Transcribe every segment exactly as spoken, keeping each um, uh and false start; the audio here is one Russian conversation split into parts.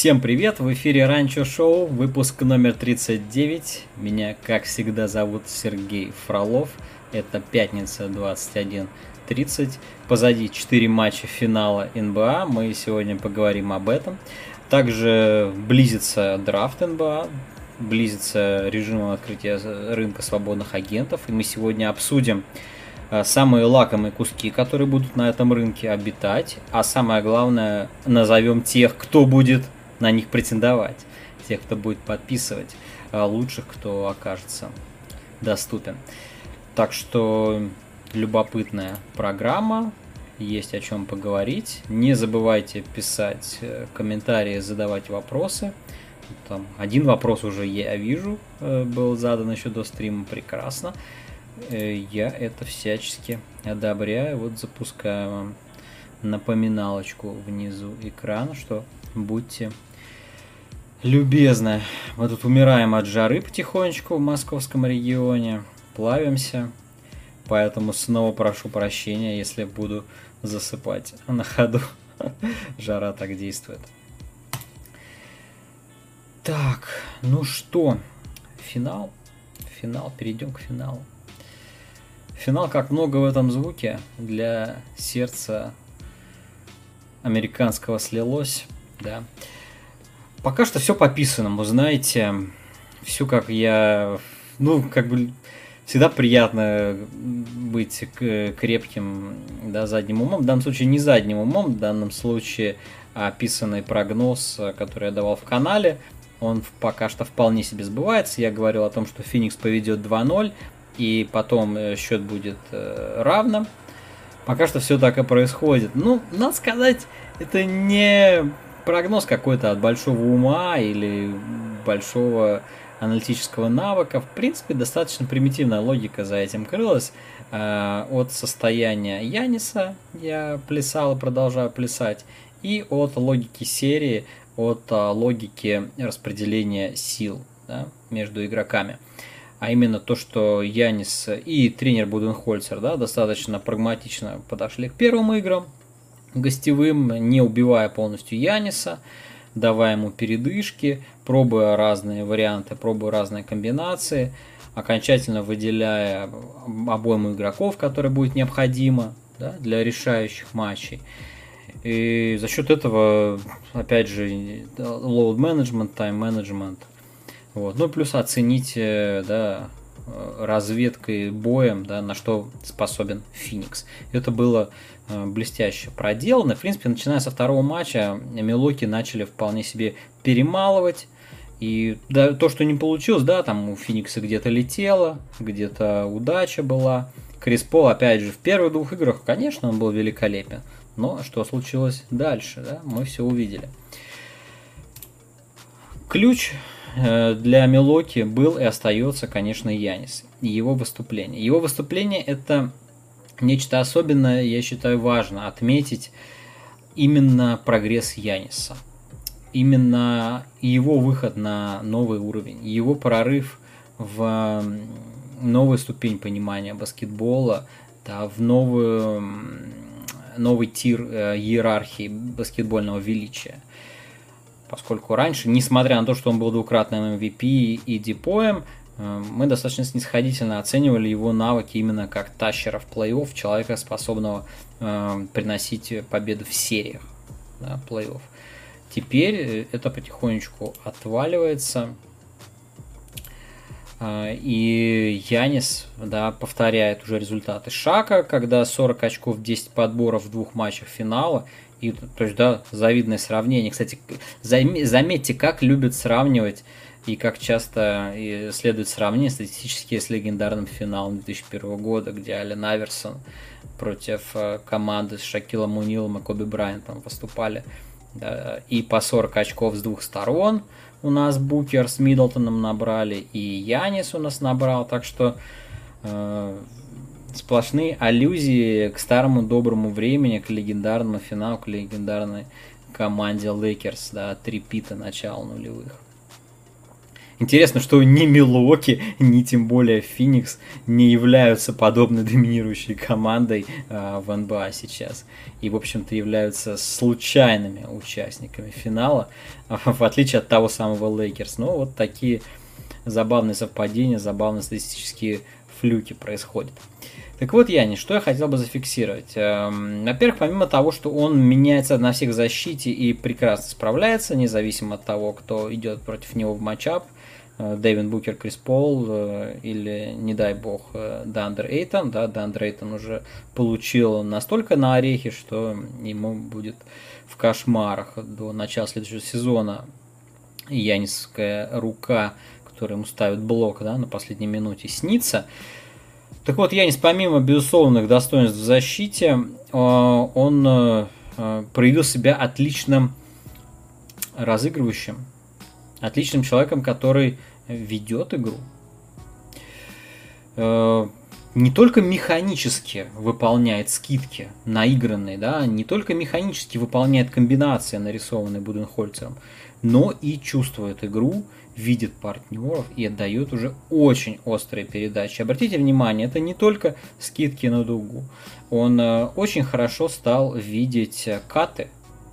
Всем привет! В эфире Ранчо Шоу, выпуск номер тридцать девять. Меня, как всегда, зовут Сергей Фролов. Это пятница, двадцать один тридцать. Позади четыре матча финала эн бэ а. Мы сегодня поговорим об этом. Также близится драфт эн бэ а, близится режим открытия рынка свободных агентов. И мы сегодня обсудим самые лакомые куски, которые будут на этом рынке обитать. А самое главное, назовем тех, кто будет на них претендовать. Тех, кто будет подписывать, лучших, кто окажется доступен. Так что любопытная программа, есть о чем поговорить. Не забывайте писать комментарии, задавать вопросы. Там один вопрос уже я вижу, был задан еще до стрима, прекрасно. Я это всячески одобряю. Вот запускаю вам напоминалочку внизу экрана, что будьте любезны. Мы тут умираем от жары потихонечку в московском регионе, плавимся, поэтому снова прошу прощения, если буду засыпать на ходу. Жара так действует. Так, ну что, финал? Финал, перейдем к финалу. Финал, как много в этом звуке, для сердца американского слилось, да. Пока что все по писанному, знаете, все как я, ну, как бы, всегда приятно быть крепким, да, задним умом, в данном случае не задним умом, в данном случае описанный прогноз, который я давал в канале, он пока что вполне себе сбывается. Я говорил о том, что Феникс поведет два ноль, и потом счет будет равным. Пока что все так и происходит. Ну, надо сказать, это не прогноз какой-то от большого ума или большого аналитического навыка. В принципе, достаточно примитивная логика за этим крылась. От состояния Яниса я плясал и продолжаю плясать. И от логики серии, от логики распределения сил, да, между игроками. А именно то, что Янис и тренер Буденхольцер, да, достаточно прагматично подошли к первым играм гостевым, не убивая полностью Яниса, давая ему передышки, пробуя разные варианты, пробуя разные комбинации, окончательно выделяя обойму игроков, которые будет необходимо, да, для решающих матчей. И за счет этого, опять же, load management, time management. Вот. Ну, плюс оцените, да, разведкой, боем, да, на что способен Феникс. Это было э, блестяще проделано. В принципе, начиная со второго матча, Милоки начали вполне себе перемалывать. И да, то, что не получилось, да, там у Феникса где-то летело, где-то удача была. Крис Пол, опять же, в первых двух играх, конечно, он был великолепен. Но что случилось дальше, да, мы все увидели. Ключ для Милоки был и остается, конечно, Янис и его выступление. Его выступление — это нечто особенное, я считаю, важно отметить именно прогресс Яниса. Именно его выход на новый уровень, его прорыв в новую ступень понимания баскетбола, да, в новую, новый тир иерархии баскетбольного величия. Поскольку раньше, несмотря на то, что он был двукратным эм ви пи и дипоем, мы достаточно снисходительно оценивали его навыки именно как тащера в плей-офф, человека, способного э, приносить победы в сериях, да, плей-офф. Теперь это потихонечку отваливается. И Янис, да, повторяет уже результаты Шака, когда сорок очков, десять подборов в двух матчах финала. И, то есть, да, завидное сравнение. Кстати, заметьте, как любят сравнивать и как часто следует сравнение статистически с легендарным финалом две тысячи первого года, где Аллен Айверсон против команды с Шакилом О'Нилом и Коби Брайантом выступали. Да, и по сорок очков с двух сторон у нас Букер с Миддлтоном набрали, и Янис у нас набрал. Так что э, сплошные аллюзии к старому доброму времени, к легендарному финалу, к легендарной команде Лейкерс, да, трипита начала нулевых. Интересно, что ни Милуоки, ни тем более Феникс не являются подобной доминирующей командой э, в эн бэ а сейчас. И, в общем-то, являются случайными участниками финала, в отличие от того самого Лейкерс. Ну, вот такие забавные совпадения, забавные статистические флюки происходят. Так вот, Янис, что я хотел бы зафиксировать. Эм, во-первых, помимо того, что он меняется на всех защите и прекрасно справляется, независимо от того, кто идет против него в матчап, Дэвин Букер, Крис Пол или, не дай бог, Деандре Эйтон. Да, Деандре Эйтон уже получил настолько на орехи, что ему будет в кошмарах до начала следующего сезона янисская рука, которая ему ставит блок, да, на последней минуте, снится. Так вот, Янис, помимо безусловных достоинств в защите, он проявил себя отличным разыгрывающим, отличным человеком, который ведет игру. Не только механически выполняет скидки наигранные, да, не только механически выполняет комбинации, нарисованные Буденхольцером, но и чувствует игру, видит партнеров и отдает уже очень острые передачи. Обратите внимание, это не только скидки на дугу. Он очень хорошо стал видеть каты,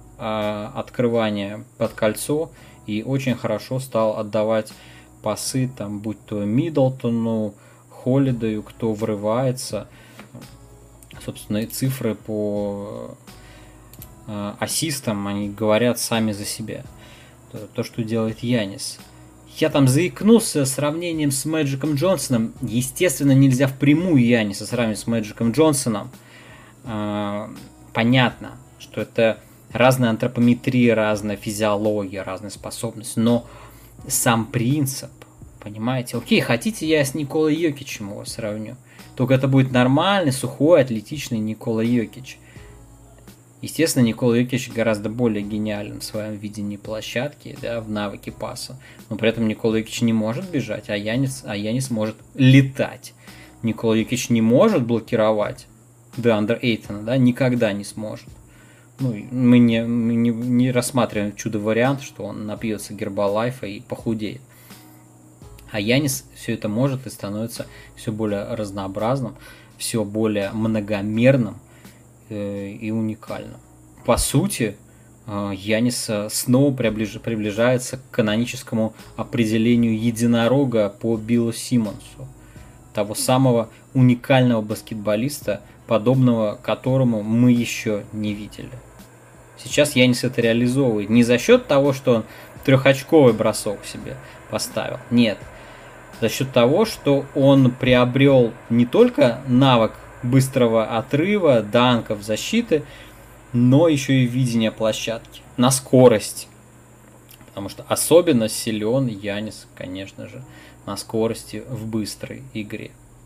открывание под кольцо, и очень хорошо стал отдавать пасы, там, будь то Миддлтону, Холидею, кто врывается. Собственно, и цифры по э, ассистам, они говорят сами за себя. То, то, что делает Янис. Я там заикнулся сравнением с Мэджиком Джонсоном. Естественно, нельзя впрямую Яниса сравнивать с Мэджиком Джонсоном. Э, понятно, что это разная антропометрия, разная физиология, разные способности, но сам принцип, понимаете? Окей, хотите, я с Николой Йокичем его сравню, только это будет нормальный, сухой, атлетичный Никола Йокич. Естественно, Никола Йокич гораздо более гениален в своем видении площадки, да, в навыке паса, но при этом Никола Йокич не может бежать, а Янис, а Янис может летать. Никола Йокич не может блокировать Деандре Эйтона, да, никогда не сможет. Ну, мы не, мы не, не рассматриваем чудо-вариант, что он напьется Гербалайфа и похудеет. А Янис все это может и становится все более разнообразным, все более многомерным э, и уникальным. По сути, э, Янис снова приближ, приближается к каноническому определению единорога по Биллу Симмонсу, того самого уникального баскетболиста, подобного которому мы еще не видели. Сейчас Янис это реализовывает не за счет того, что он трехочковый бросок себе поставил. Нет. За счет того, что он приобрел не только навык быстрого отрыва, данков, защиты, но еще и видение площадки на скорость. Потому что особенно силен Янис, конечно же, на скорости в быстрой игре,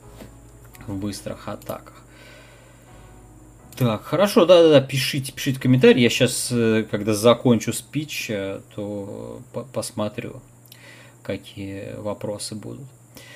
в быстрых атаках. Так, хорошо, да-да-да, пишите, пишите комментарии. Я сейчас, когда закончу спич, то посмотрю, какие вопросы будут.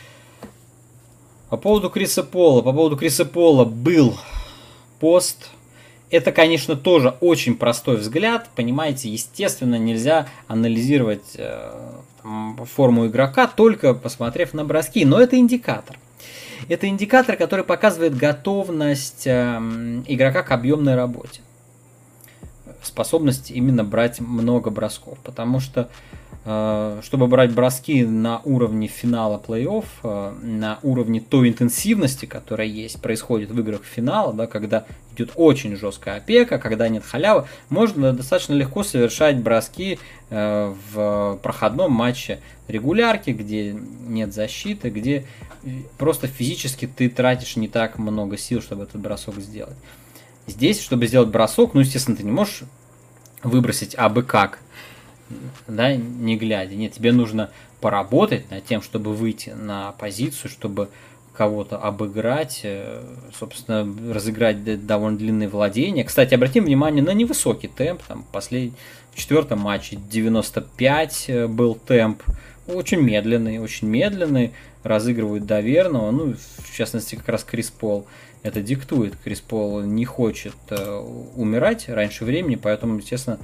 По поводу Криса Пола. По поводу Криса Пола был пост. Это, конечно, тоже очень простой взгляд. Понимаете, естественно, нельзя анализировать э, форму игрока, только посмотрев на броски. Но это индикатор. Это индикатор, который показывает готовность э, игрока к объемной работе. Способность именно брать много бросков. Потому что, э, чтобы брать броски на уровне финала плей-офф, э, на уровне той интенсивности, которая есть, происходит в играх финала, да, когда идет очень жесткая опека, когда нет халявы, можно достаточно легко совершать броски э, в проходном матче регулярки, где нет защиты, где просто физически ты тратишь не так много сил, чтобы этот бросок сделать. Здесь, чтобы сделать бросок, ну, естественно, ты не можешь выбросить абы как, да, не глядя. Нет, тебе нужно поработать над тем, чтобы выйти на позицию, чтобы кого-то обыграть, собственно, разыграть довольно длинные владения. Кстати, обратим внимание на невысокий темп. Там послед... В четвертом матче девяносто пять был темп. Очень медленный, очень медленный. Разыгрывают до верного. Ну, в частности, как раз Крис Пол это диктует. Крис Пол не хочет умирать раньше времени, поэтому, естественно,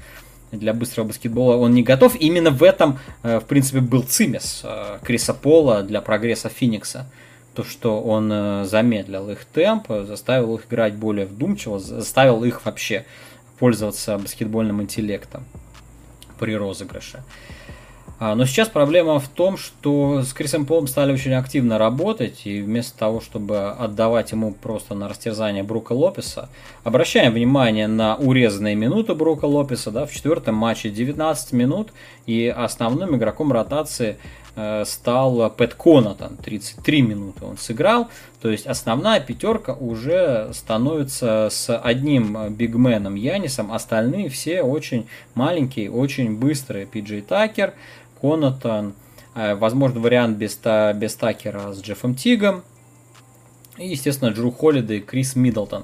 для быстрого баскетбола он не готов. Именно в этом, в принципе, был цимес Криса Пола для прогресса Феникса. То, что он замедлил их темп, заставил их играть более вдумчиво, заставил их вообще пользоваться баскетбольным интеллектом при розыгрыше. Но сейчас проблема в том, что с Крисом Полом стали очень активно работать, и вместо того, чтобы отдавать ему просто на растерзание Брука Лопеса, обращаем внимание на урезанные минуты Брука Лопеса, да, в четвертом матче девятнадцать минут, и основным игроком ротации э, стал Пэт Конатон, тридцать три минуты он сыграл, то есть основная пятерка уже становится с одним бигменом Янисом, остальные все очень маленькие, очень быстрые, Пи Джей Такер, Конатон, возможно, вариант без, та, без Такера с Джеффом Тигом и, естественно, Джру Холлидей и Крис Миддлтон.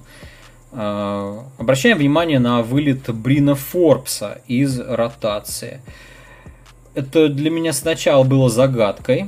Обращаем внимание на вылет Брина Форбса из ротации. Это для меня сначала было загадкой.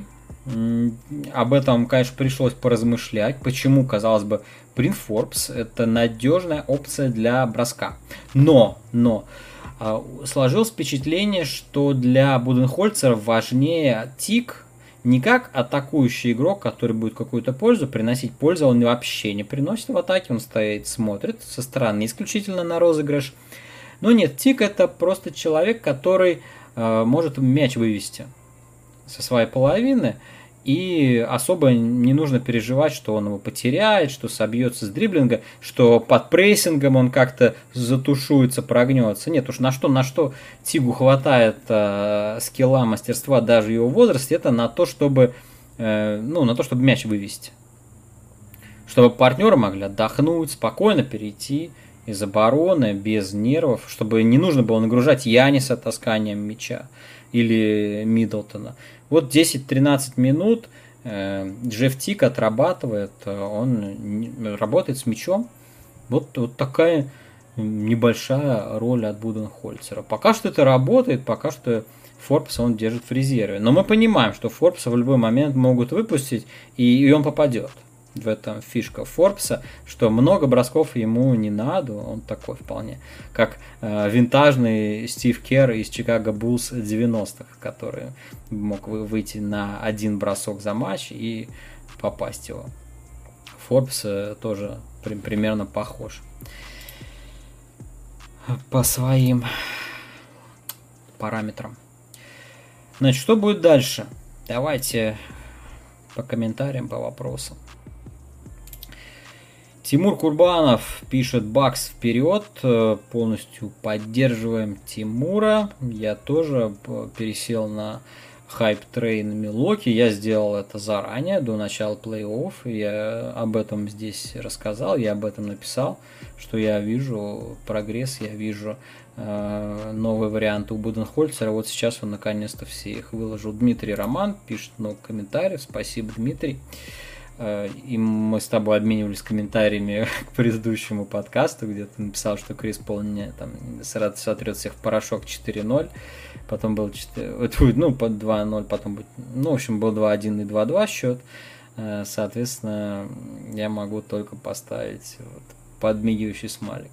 Об этом, конечно, пришлось поразмышлять. Почему, казалось бы, Брин Форбс – это надежная опция для броска. Но, но... сложилось впечатление, что для Буденхольцера важнее Тик не как атакующий игрок, который будет какую-то пользу приносить. Пользу он вообще не приносит в атаке, он стоит, смотрит со стороны исключительно на розыгрыш. Но нет, Тик это просто человек, который э, может мяч вывести со своей половины, и особо не нужно переживать, что он его потеряет, что собьется с дриблинга, что под прессингом он как-то затушуется, прогнется. Нет уж, на что, на что Тигу хватает э, скилла, мастерства даже в его возрасте, это на то, чтобы, э, ну, на то, чтобы мяч вывести. Чтобы партнеры могли отдохнуть, спокойно перейти из обороны, без нервов, чтобы не нужно было нагружать Яниса тасканием мяча или Миддлтона. Вот десять-тринадцать минут э, Джефф Тик отрабатывает, он работает с мячом. Вот, вот такая небольшая роль от Буденхольцера. Пока что это работает, пока что Форбса он держит в резерве. Но мы понимаем, что Форбса в любой момент могут выпустить, и, и он попадет. В этом фишка Форбса, что много бросков ему не надо, он такой вполне, как э, винтажный Стив Керр из Чикаго Буллс девяностых, который мог выйти на один бросок за матч и попасть его. Форбс э, тоже при, примерно похож по своим параметрам. Значит, что будет дальше? Давайте по комментариям, по вопросам. Тимур Курбанов пишет: Бакс вперед, полностью поддерживаем Тимура. Я тоже пересел на хайп-трейн Милоки, я сделал это заранее, до начала плей-офф, я об этом здесь рассказал, я об этом написал, что я вижу прогресс, я вижу э, новые варианты у Буденхольцера, вот сейчас он наконец-то все их выложил. Дмитрий Роман пишет много комментариев, спасибо, Дмитрий. И мы с тобой обменивались комментариями к предыдущему подкасту, где ты написал, что Крис Пол не, там, сотрет всех в порошок четыре ноль, потом был четыре, ну, два ноль, потом, ну, в общем, был два один и два два счет. Соответственно, я могу только поставить вот подмигивающий смайлик.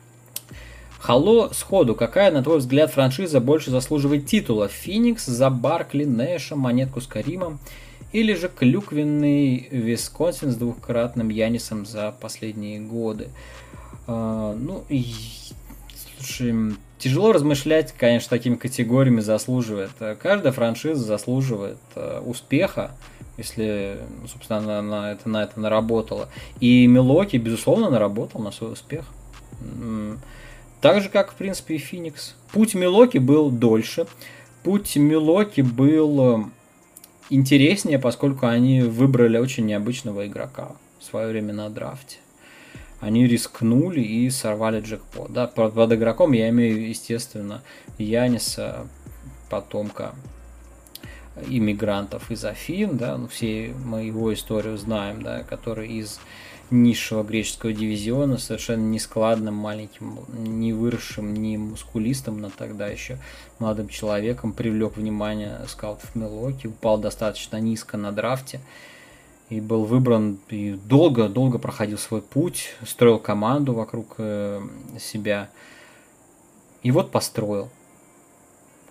Халло, сходу, какая, на твой взгляд, франшиза больше заслуживает титула? Феникс за Баркли, Нэша, монетку с Каримом? Или же клюквенный Висконсин с двухкратным Янисом за последние годы? А, ну, и, слушай, тяжело размышлять, конечно, такими категориями заслуживает. Каждая франшиза заслуживает а, успеха, если, собственно, она на это, на это наработала. И Милоки, безусловно, наработал на свой успех. Так же, как, в принципе, и Феникс. Путь Милоки был дольше. Путь Милоки был интереснее, поскольку они выбрали очень необычного игрока в свое время на драфте. Они рискнули и сорвали джекпот. Да, под, под игроком я имею, естественно, Яниса, потомка иммигрантов из Афин, да, ну, все мы его историю знаем, да, который из низшего греческого дивизиона, совершенно нескладным, маленьким, не выросшим, не мускулистым, но тогда еще молодым человеком, привлек внимание скаутов Милоки, упал достаточно низко на драфте и был выбран, и долго-долго проходил свой путь, строил команду вокруг себя, и вот построил.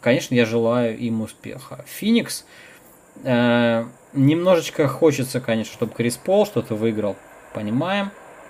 конечно, я желаю им успеха. Феникс, э, немножечко хочется, конечно, чтобы Крис Пол что-то выиграл, понимаем.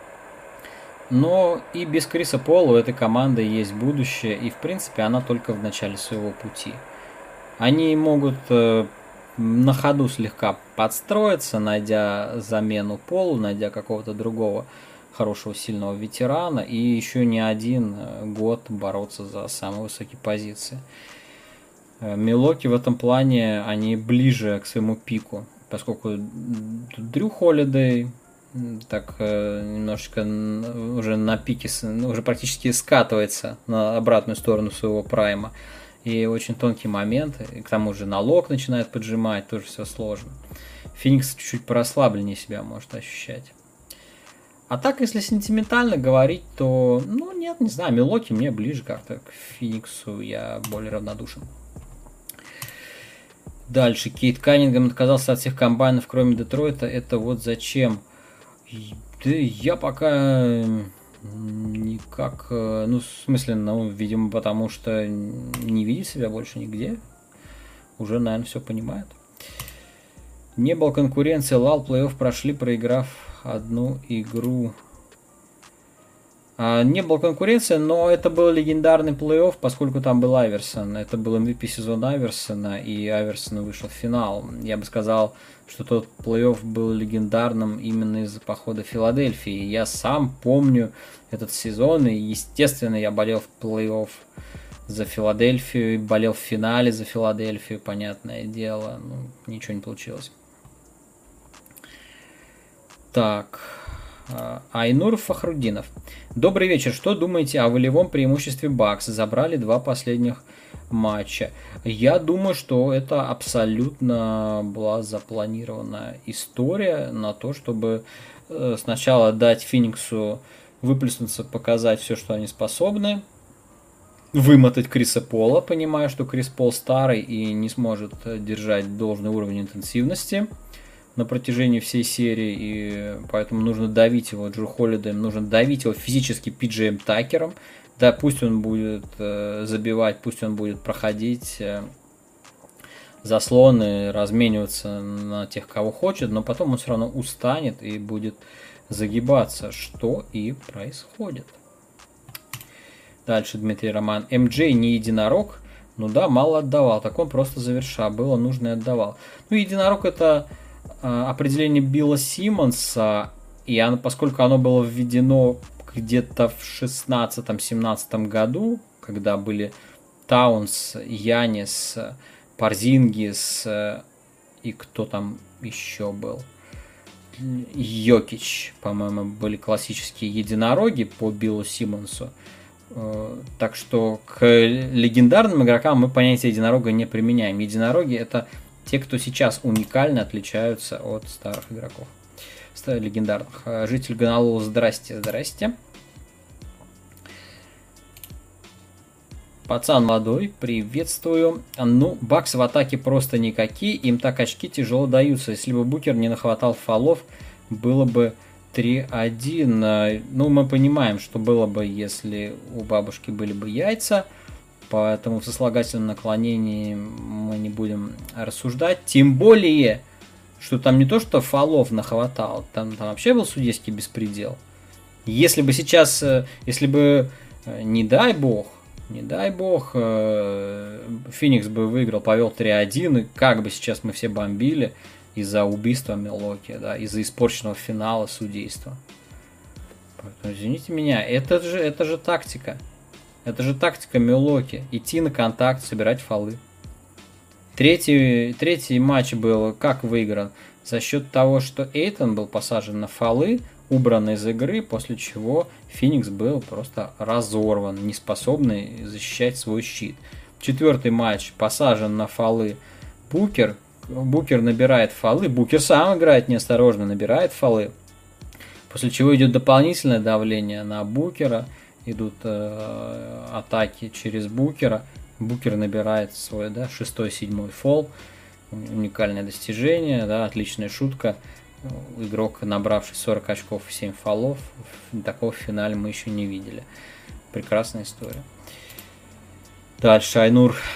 Но и без Криса Пола у этой команды есть будущее, и в принципе она только в начале своего пути. Они могут э, на ходу слегка подстроиться, найдя замену Полу, найдя какого-то другого хорошего, сильного ветерана, и еще не один год бороться за самые высокие позиции. Милоки в этом плане, они ближе к своему пику, поскольку Дрю Холидей так немножечко уже на пике, уже практически скатывается на обратную сторону своего прайма. И очень тонкий момент, и к тому же налог начинает поджимать, тоже все сложно. Феникс чуть-чуть порасслабленнее себя может ощущать. А так, если сентиментально говорить, то, ну, нет, не знаю, Милоки мне ближе как-то к Фениксу, я более равнодушен. Дальше, Кейт Каннингем отказался от всех комбайнов, кроме Детройта, это вот зачем? Да я пока никак, ну, в смысле, ну, видимо, потому что не видит себя больше нигде. Уже, наверное, все понимает. Не было конкуренции, лал, плей-офф прошли, проиграв одну игру. А, не было конкуренции, но это был легендарный плей-офф, поскольку там был Айверсон. Это был эм ви пи сезона Айверсона, и Айверсон вышел в финал. Я бы сказал, что тот плей-офф был легендарным именно из-за похода Филадельфии. Я сам помню этот сезон, и, естественно, я болел в плей-офф за Филадельфию, болел в финале за Филадельфию, понятное дело. Ну, ничего не получилось. Так... Айнур Фахрудинов. Добрый вечер. Что думаете о волевом преимуществе Бакс? Забрали два последних матча. Я думаю, что это абсолютно была запланированная история на то, чтобы сначала дать Фениксу выплеснуться, показать все, что они способны, вымотать Криса Пола, понимая, что Крис Пол старый и не сможет держать должный уровень интенсивности на протяжении всей серии, и поэтому нужно давить его Джру Холидеем, нужно давить его физически Пи-Джеем Такером, да, пусть он будет э, забивать, пусть он будет проходить э, заслоны, размениваться на тех, кого хочет, но потом он все равно устанет и будет загибаться, что и происходит. Дальше Дмитрий Роман. эм джей не единорог, ну да, мало отдавал, так он просто заверша, было нужно и отдавал. Ну, единорог это определение Билла Симмонса, и оно, поскольку оно было введено где-то в шестнадцатом-семнадцатом году, когда были Таунс, Янис, Порзингис и кто там еще был, Йокич, по-моему, были классические единороги по Биллу Симмонсу. Так что к легендарным игрокам мы понятие единорога не применяем. Единороги это те, кто сейчас уникально отличаются от старых игроков, легендарных. Житель Гонолулу, здрасте, здрасте. Пацан молодой, приветствую. Ну, Бакс в атаке просто никакие, им так очки тяжело даются. Если бы Букер не нахватал фолов, было бы три один. Ну, мы понимаем, что было бы, если у бабушки были бы яйца. Поэтому в сослагательном наклонении мы не будем рассуждать. Тем более, что там не то, что фолов нахватал, там, там вообще был судейский беспредел. Если бы сейчас, если бы, не дай бог, не дай бог, Феникс бы выиграл, повел три один, и как бы сейчас мы все бомбили из-за убийства Милоки, да, из-за испорченного финала судейства. Поэтому, извините меня, это же, это же тактика. Это же тактика Милоки. Идти на контакт, собирать фолы. Третий, третий матч был как выигран? За счет того, что Эйтон был посажен на фолы, убран из игры, после чего Феникс был просто разорван, не способный защищать свой щит. Четвертый матч посажен на фолы Букер. Букер набирает фолы. Букер сам играет неосторожно, набирает фолы. После чего идет дополнительное давление на Букера. Идут э, атаки через Букера. Букер набирает свой, да, шестой-седьмой фол. Уникальное достижение, да, отличная шутка. Игрок, набравший сорок очков и семь фолов, такого в финале мы еще не видели. Прекрасная история. Дальше Айнур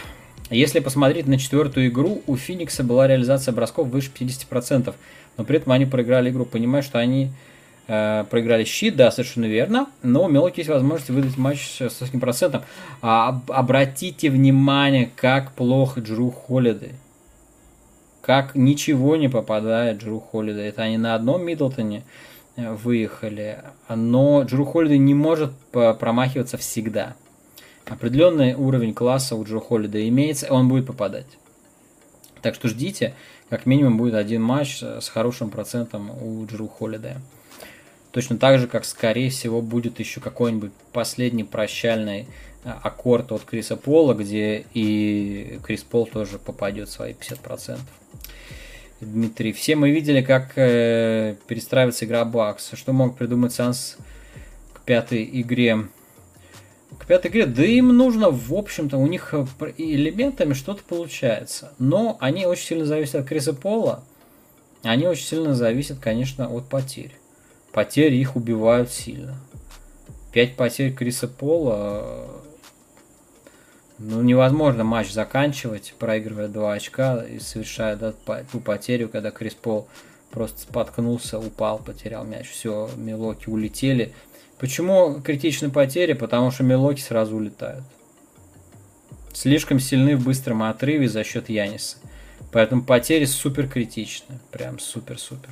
Если посмотреть на четвертую игру, у Феникса была реализация бросков выше пятьдесят процентов, но при этом они проиграли игру. Понимаю, что они э, проиграли щит, да, совершенно верно, но у Милоки есть возможность выдать матч с высоким процентом. А, обратите внимание, как плохо Джру Холидей. Как ничего не попадает Джру Холидей. Это они на одном Миддлтоне выехали, но Джру Холидей не может промахиваться всегда. Определенный уровень класса у Джру Холидей имеется, и он будет попадать. Так что ждите, как минимум будет один матч с хорошим процентом у Джру Холидея. Точно так же, как, скорее всего, будет еще какой-нибудь последний прощальный аккорд от Криса Пола, где и Крис Пол тоже попадет свои пятьдесят процентов. Дмитрий, все мы видели, как э, перестраивается игра Бакс. Что мог придумать Санс к пятой игре? К пятой игре, да им нужно, в общем-то, у них элементами что-то получается. Но они очень сильно зависят от Криса Пола. Они очень сильно зависят, конечно, от потерь. Потери их убивают сильно. Пять потерь Криса Пола... Ну, невозможно матч заканчивать, проигрывая два очка и совершая, да, ту потерю, когда Крис Пол просто споткнулся, упал, потерял мяч. Все, Милоки улетели. Почему критичны потери? Потому что Милоки сразу улетают. Слишком сильны в быстром отрыве за счет Яниса. Поэтому потери супер критичны. Прям супер-супер.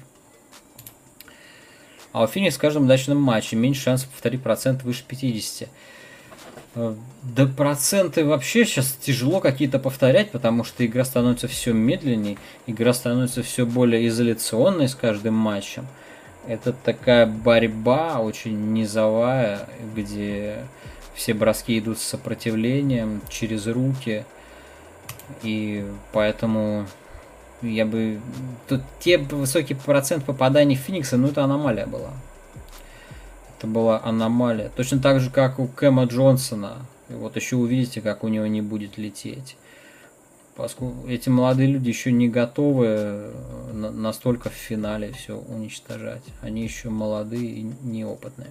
А у Феникса в каждом удачном матче меньше шансов повторить процент выше пятидесяти. Да проценты вообще сейчас тяжело какие-то повторять, потому что игра становится все медленнее, игра становится все более изоляционной с каждым матчем. Это такая борьба очень низовая, где все броски идут с сопротивлением через руки, и поэтому я бы... Тут те высокий процент попаданий Феникса, ну это аномалия была. Это была аномалия. Точно так же, как у Кэма Джонсона. И вот еще увидите, как у него не будет лететь. Поскольку эти молодые люди еще не готовы настолько в финале все уничтожать. Они еще молодые и неопытные.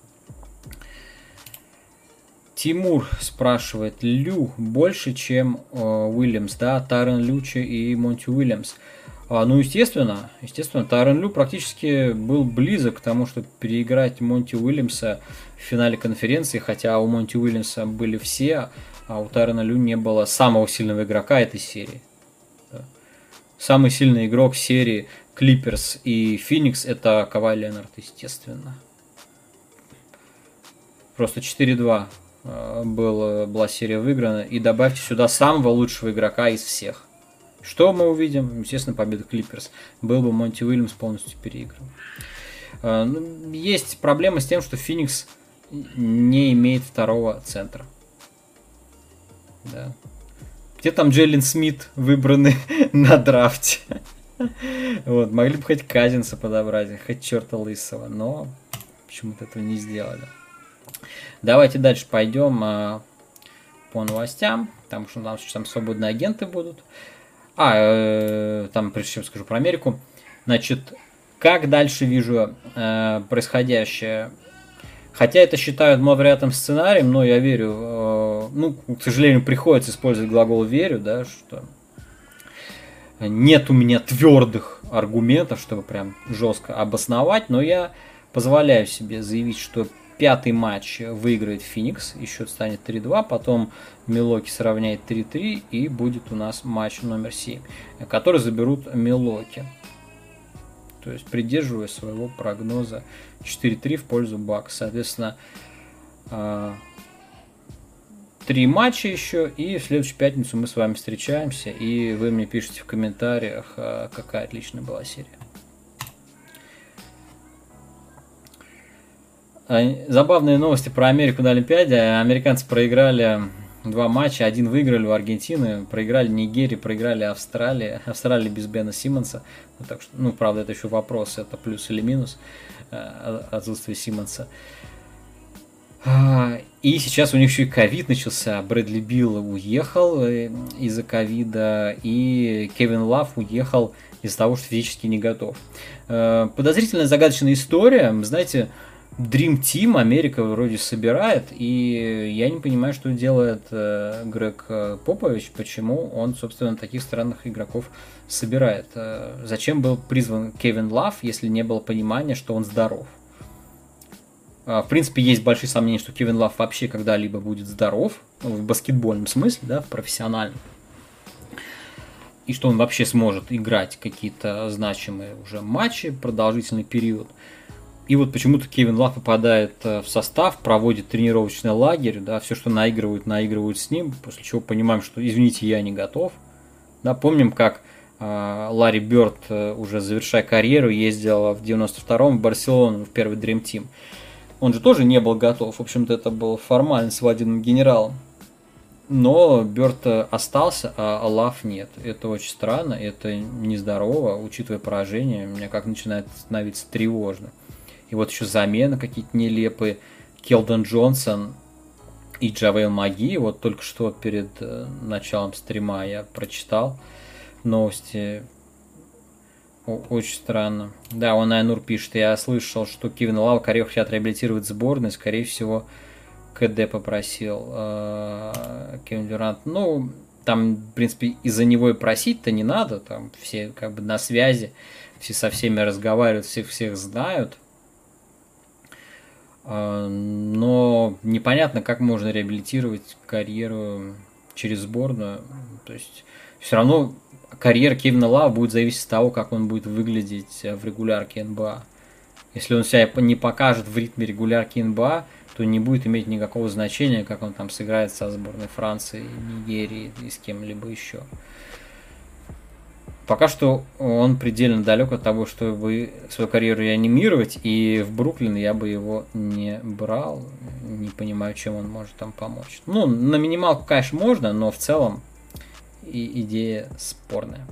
Тимур спрашивает, Лю больше, чем э, Уильямс, да? Тайрон Лючи и Монти Уильямс. А, ну, естественно, естественно, Тайрон Лю практически был близок к тому, чтобы переиграть Монти Уильямса в финале конференции, хотя у Монти Уильямса были все, а у Тайрона Лю не было самого сильного игрока этой серии. Да. Самый сильный игрок серии Клиперс и Феникс это Кавай Ленард, естественно. Просто четыре-два был, была серия выиграна, и добавьте сюда самого лучшего игрока из всех. Что мы увидим? Естественно, победа Клиперс. Был бы Монти Уильямс полностью переигран. Есть проблема с тем, что Феникс не имеет второго центра. Да. Где там Джейлен Смит, выбранный на драфте? Вот, могли бы хоть Казинса подобрать, хоть черта лысого, но почему-то этого не сделали. Давайте дальше пойдем а, по новостям, потому что там, там свободные агенты будут. А, э, там, прежде чем скажу про Америку, значит, как дальше вижу э, происходящее. Хотя это считают маловероятным сценарием, но я верю, э, ну, к сожалению, приходится использовать глагол «верю», да, что нет у меня твердых аргументов, чтобы прям жестко обосновать, но я позволяю себе заявить, что пятый матч выиграет Феникс, и счет станет три-два, потом Милоки сравняет три-три, и будет у нас матч номер семь, который заберут Милоки. То есть придерживаясь своего прогноза четыре-три в пользу Бакс. Соответственно, три матча еще, и в следующую пятницу мы с вами встречаемся, и вы мне пишите в комментариях, какая отличная была серия. Забавные новости про Америку на Олимпиаде. Американцы проиграли два матча. Один выиграли у Аргентины, проиграли Нигерии, проиграли Австралии. Австралии без Бена Симмонса. Ну, так что, ну, правда, это еще вопрос, это плюс или минус отсутствие Симмонса. И сейчас у них еще и ковид начался. Брэдли Билл уехал из-за ковида, и Кевин Лав уехал из-за того, что физически не готов. Подозрительная загадочная история. Знаете, Dream Team Америка вроде собирает, и я не понимаю, что делает э, Грег Попович, почему он, собственно, таких странных игроков собирает. Э, зачем был призван Кевин Лав, если не было понимания, что он здоров? Э, в принципе, есть большие сомнения, что Кевин Лав вообще когда-либо будет здоров, ну, в баскетбольном смысле, да, в профессиональном. И что он вообще сможет играть какие-то значимые уже матчи, продолжительный период. И вот почему-то Кевин Лав попадает в состав, проводит тренировочный лагерь, да, все, что наигрывают, наигрывают с ним, после чего понимаем, что, извините, я не готов. Да, помним, как э, Ларри Бёрд, э, уже завершая карьеру, ездил в девяносто втором в Барселону, в первый Dream Team. Он же тоже не был готов, в общем-то, это был формально свадебным генералом. Но Бёрд остался, а Лав нет. Это очень странно, это нездорово, учитывая поражение, меня как начинает становиться тревожно. И вот еще замены какие-то нелепые. Келдон Джонсон и Джавейл Маги. Вот только что перед э, началом стрима я прочитал новости. О, очень странно. Да, он Айнур пишет. Я слышал, что Кевин Лав Карьер хотят реабилитировать сборную. Скорее всего, КД попросил э, Кевин Дюрант. Ну, там, в принципе, из-за него и просить-то не надо. Там все как бы на связи. Все со всеми разговаривают, всех всех знают. Но непонятно, как можно реабилитировать карьеру через сборную. То есть все равно карьера Кевина Лава будет зависеть от того, как он будет выглядеть в регулярке эн бэ а. Если он себя не покажет в ритме регулярки эн бэ а, то не будет иметь никакого значения, как он там сыграет со сборной Франции, Нигерии и с кем-либо еще. Пока что он предельно далек от того, чтобы свою карьеру реанимировать, и в Бруклин я бы его не брал. Не понимаю, чем он может там помочь. Ну, на минималку, конечно, можно, но в целом и идея спорная.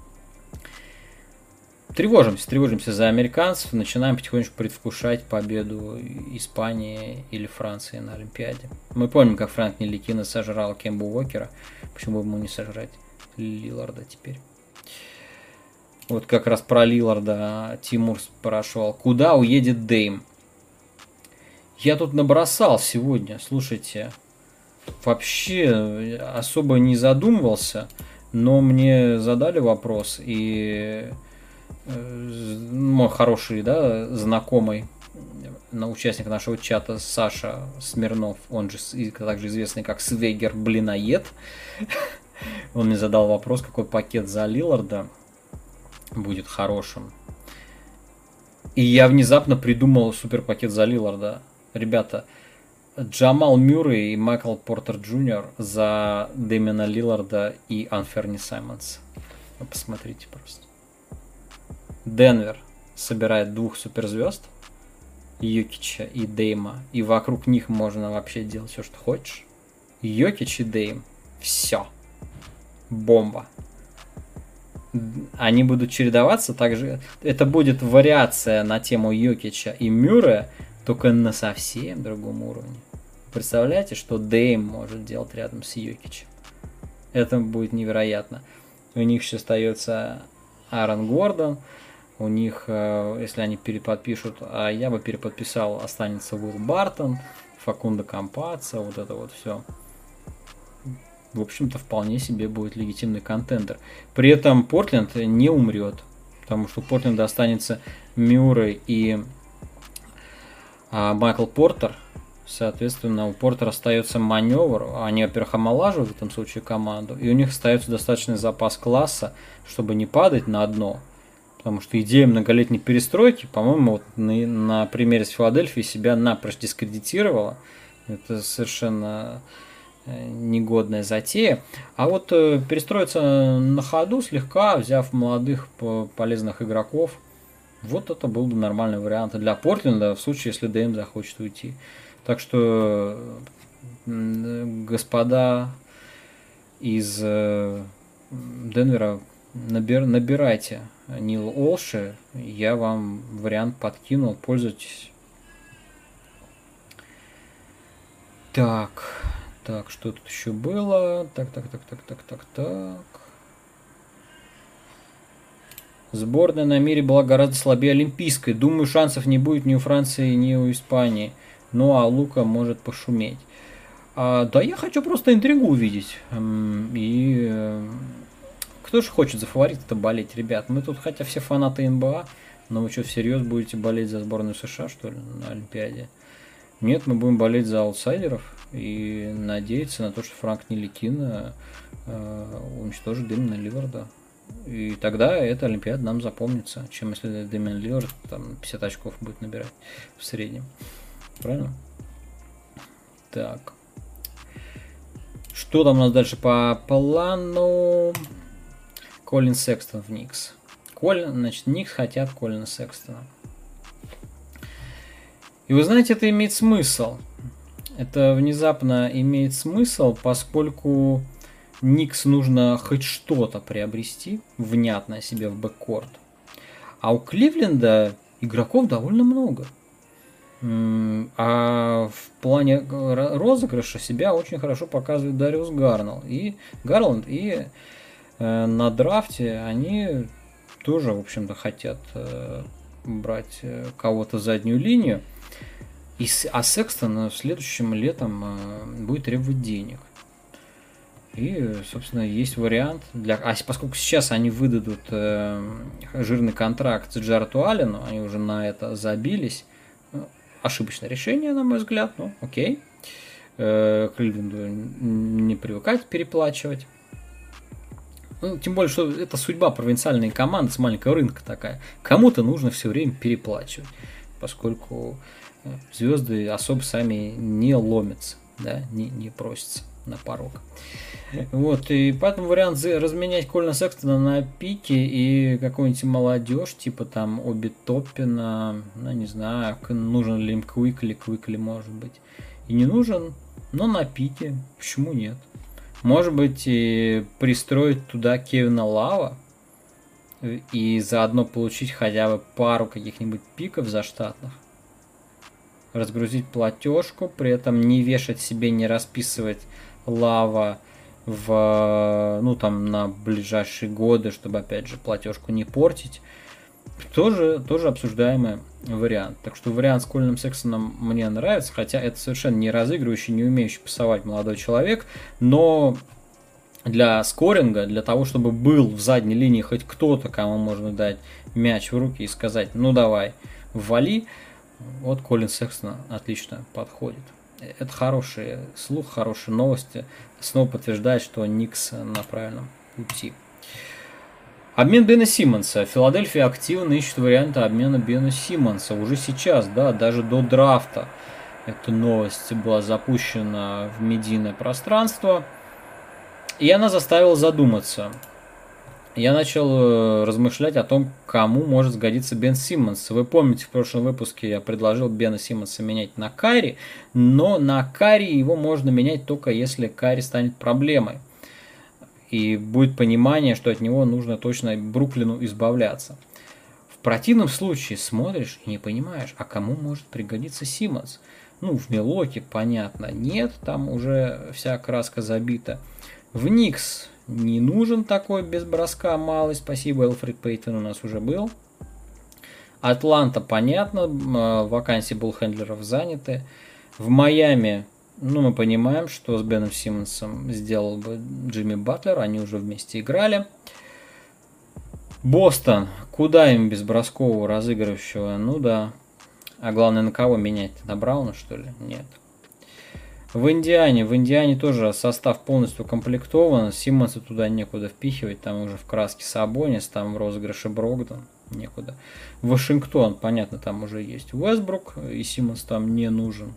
Тревожимся, тревожимся за американцев, начинаем потихонечку предвкушать победу Испании или Франции на Олимпиаде. Мы помним, как Фрэнк Нтиликина сожрал Кембу Уокера, почему бы ему не сожрать Лилларда теперь. Вот как раз про Лилларда Тимур спрашивал, куда уедет Дейм? Я тут набросал сегодня, слушайте, вообще особо не задумывался, но мне задали вопрос, и мой хороший, да, знакомый, участник нашего чата Саша Смирнов, он же также известный как Свегер Блиноед, он мне задал вопрос, какой пакет за Лилларда будет хорошим. И я внезапно придумал супер пакет за Лилларда. Ребята, Джамал Мюррей и Майкл Портер Джуниор за Дэмиана Лилларда и Анферни Саймонс. Вы посмотрите просто. Денвер собирает двух суперзвезд, Йокича и Дейма, и вокруг них можно вообще делать все, что хочешь. Йокич и Дейм. Все. Бомба. Они будут чередоваться также. Это будет вариация на тему Йокича и Мюррея, только на совсем другом уровне. Представляете, что Дейм может делать рядом с Йокичем? Это будет невероятно. У них еще остается Аарон Гордон. У них, если они переподпишут, а я бы переподписал, останется Уилл Бартон, Факундо Кампаца, вот это вот все. В общем-то, вполне себе будет легитимный контендер. При этом Портленд не умрет, потому что у Портленда останется Мюррей и а, Майкл Портер. Соответственно, у Портера остается маневр. Они, во-первых, омолаживают в этом случае команду, и у них остается достаточный запас класса, чтобы не падать на дно. Потому что идея многолетней перестройки, по-моему, вот на, на примере с Филадельфией себя напрочь дискредитировала. Это совершенно негодная затея. А вот перестроиться на ходу слегка, взяв молодых полезных игроков, вот это был бы нормальный вариант для Портленда, в случае, если Дэйм захочет уйти. Так что, господа из Денвера, набир, набирайте Нил Олши, я вам вариант подкинул, пользуйтесь. Так, так, что тут еще было? Так, так, так, так, так, так, так. Сборная на мире была гораздо слабее олимпийской. Думаю, шансов не будет ни у Франции, ни у Испании. Ну а Лука может пошуметь. А, да я хочу просто интригу увидеть. И э, кто же хочет за фаворита-то болеть, ребят? Мы тут хотя все фанаты эн бэ а, но вы что, всерьез будете болеть за сборную США, что ли, на Олимпиаде? Нет, мы будем болеть за аутсайдеров и надеяться на то, что Франк Нтиликина э, уничтожит Дэмиана Лиларда. И тогда эта Олимпиада нам запомнится, чем если Дэмиан Лилард там пятьдесят очков будет набирать в среднем. Правильно? Так. Что там у нас дальше по плану? Колин Секстон в Никс. Колин, значит, Никс хотят Колина Секстона. И вы знаете, это имеет смысл. Это внезапно имеет смысл, поскольку Никс нужно хоть что-то приобрести внятное себе в бэккорт. А у Кливленда игроков довольно много. А в плане розыгрыша себя очень хорошо показывает Дариус Гарнелл. И Гарланд, и э, на драфте они тоже, в общем-то, хотят э, брать э, кого-то в заднюю линию. И, а Секстон следующим летом э, будет требовать денег. И, собственно, есть вариант. Для... А поскольку сейчас они выдадут э, жирный контракт с Джарету Аллену, они уже на это забились. Ошибочное решение, на мой взгляд, ну, окей. Э, Кливленду не привыкать переплачивать. Ну, тем более, что это судьба провинциальной команды с маленького рынка такая. Кому-то нужно все время переплачивать, поскольку звезды особо сами не ломятся, да, не, не просятся на порог. Вот, и поэтому вариант разменять Колина Секстона на пике и какую-нибудь молодежь, типа там Оби Топпина, ну, не знаю, нужен ли им Квикли, Квикли может быть и не нужен, но на пике, почему нет? Может быть, и пристроить туда Кевина Лава и заодно получить хотя бы пару каких-нибудь пиков заштатных. Разгрузить платежку, при этом не вешать себе, не расписывать Лава в, ну, там, на ближайшие годы, чтобы, опять же, платежку не портить. Тоже, тоже обсуждаемый вариант. Так что вариант с Колином Секстоном мне нравится, хотя это совершенно не разыгрывающий, не умеющий пасовать молодой человек, но для скоринга, для того, чтобы был в задней линии хоть кто-то, кому можно дать мяч в руки и сказать, ну давай, вали, вот Колин Секстон отлично подходит. Это хороший слух, хорошие новости. Снова подтверждает, что Никс на правильном пути. Обмен Бена Симмонса. Филадельфия активно ищет варианты обмена Бена Симмонса. Уже сейчас, да, даже до драфта эта новость была запущена в медийное пространство. И она заставила задуматься. Я начал размышлять о том, кому может сгодиться Бен Симмонс. Вы помните, в прошлом выпуске я предложил Бена Симмонса менять на Кайри, но на Кайри его можно менять только если Кайри станет проблемой. И будет понимание, что от него нужно точно Бруклину избавляться. В противном случае смотришь и не понимаешь, а кому может пригодиться Симмонс. Ну, в Милуоки, понятно, нет, там уже вся краска забита. В Никс не нужен такой без броска малый, спасибо, Элфрид Пейтон у нас уже был. Атланта, понятно, вакансии буллхендлеров заняты. В Майами, ну, мы понимаем, что с Беном Симмонсом сделал бы Джимми Батлер, они уже вместе играли. Бостон, куда им без броскового разыгрывающего? Ну да. А главное, на кого менять? На Брауна, что ли? Нет. В Индиане. В Индиане тоже состав полностью комплектован. Симмонса туда некуда впихивать. Там уже в краске Сабонис, там в розыгрыше Брогдон. Некуда. Вашингтон, понятно, там уже есть Уэсбрук. И Симмонс там не нужен.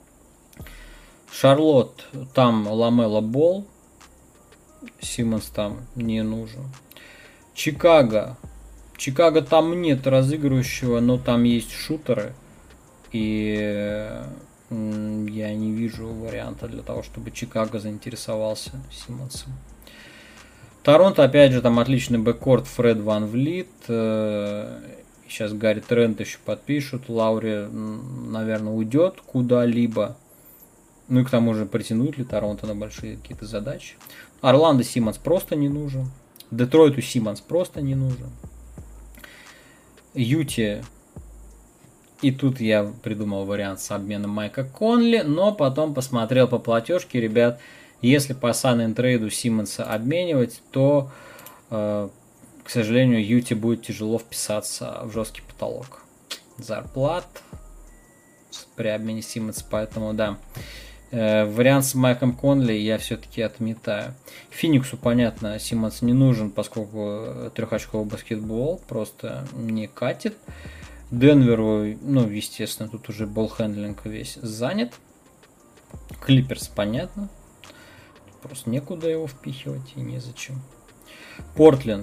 Шарлотт, там Ламело Болл. Симмонс там не нужен. Чикаго. Чикаго там нет разыгрывающего, но там есть шутеры. И я не вижу варианта для того, чтобы Чикаго заинтересовался Симмонсом. Торонто, опять же, там отличный бэккорд. Фред Ван Влит. Сейчас Гарри Трент еще подпишут. Лаури, наверное, уйдет куда-либо. Ну и к тому же, претендует ли Торонто на большие какие-то задачи. Орландо Симмонс просто не нужен. Детройту Симмонс просто не нужен. Юти. И тут я придумал вариант с обменом Майка Конли, но потом посмотрел по платежке, ребят, если по Sun Trade Симмонса обменивать, то, э, к сожалению, Юти будет тяжело вписаться в жесткий потолок зарплат при обмене Симмонса, поэтому да. Э, вариант с Майком Конли я все-таки отметаю. Фениксу, понятно, Симмонс не нужен, поскольку трехочковый баскетбол просто не катит. Денверу, ну, естественно, тут уже болл-хендлинг весь занят. Клиперс, понятно. Просто некуда его впихивать и незачем. Портленд.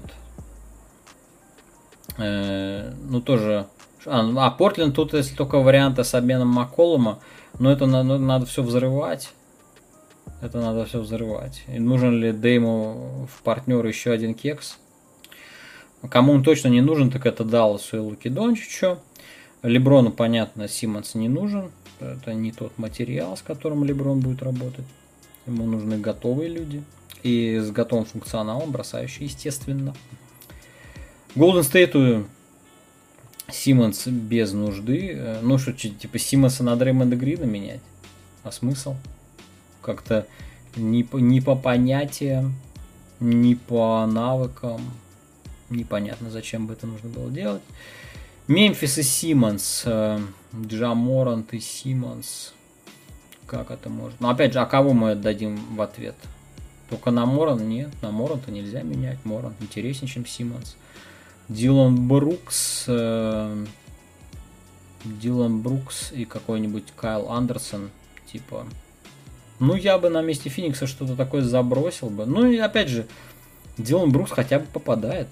Э, ну, тоже... А, а Портленд тут, если только варианты с обменом Макколума, но это надо, надо все взрывать. Это надо все взрывать. И нужен ли Дейму в партнер еще один кекс? Кому он точно не нужен, так это Далласу и Луки Дончичу. Леброну, понятно, Симмонс не нужен. Это не тот материал, с которым Леброн будет работать. Ему нужны готовые люди. И с готовым функционалом, бросающие, естественно. Голден Стейту Симмонс без нужды. Ну что, типа Симмонса на Дреймонда Грина менять? А смысл? Как-то ни по, ни по понятиям, ни по навыкам. Непонятно, зачем бы это нужно было делать. Мемфис и Симмонс. Джа Морант и Симмонс. Как это может? Ну, опять же, а кого мы отдадим в ответ? Только на Моран? Нет, на Моранта нельзя менять. Морант интереснее, чем Симмонс. Дилан Брукс. Э, Дилан Брукс и какой-нибудь Кайл Андерсон. Типа. Ну, я бы на месте Феникса что-то такое забросил бы. Ну, и опять же, Дилан Брукс хотя бы попадает.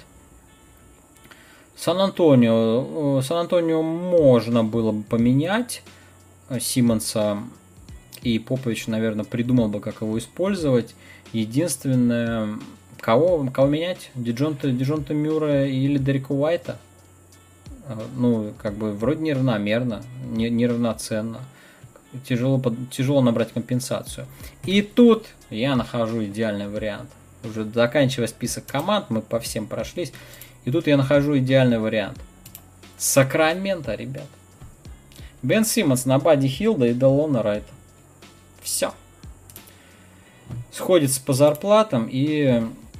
Сан-Антонио. Сан-Антонио можно было бы поменять Симмонса, и Попович, наверное, придумал бы, как его использовать. Единственное, кого, кого менять? Диджонта, Диджонта Мюра или Дерека Уайта? Ну, как бы, вроде неравномерно, не, неравноценно. Тяжело, тяжело набрать компенсацию. И тут я нахожу идеальный вариант. Уже заканчивая список команд, мы по всем прошлись. И тут я нахожу идеальный вариант. Сакраменто, ребят. Бен Симмонс на Бадди Хилда и Делона Райта. Все. Сходится по зарплатам, и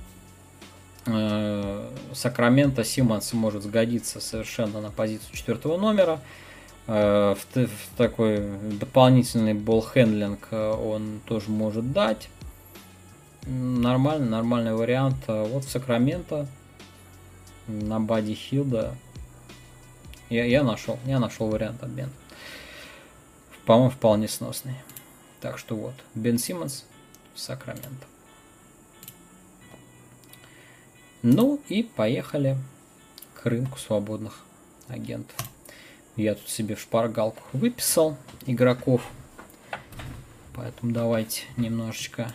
э, Сакраменто Симмонс может сгодиться совершенно на позицию четвертого номера. Э, в, в такой дополнительный болл-хендлинг он тоже может дать. Нормальный, нормальный вариант. Вот в Сакраменто на Бадди Хилда я, я нашел, я нашел вариант обмена. По-моему, вполне сносный. Так что вот, Бен Симмонс в Сакраменто. Ну и поехали к рынку свободных агентов. Я тут себе в шпаргалку выписал игроков. Поэтому давайте немножечко...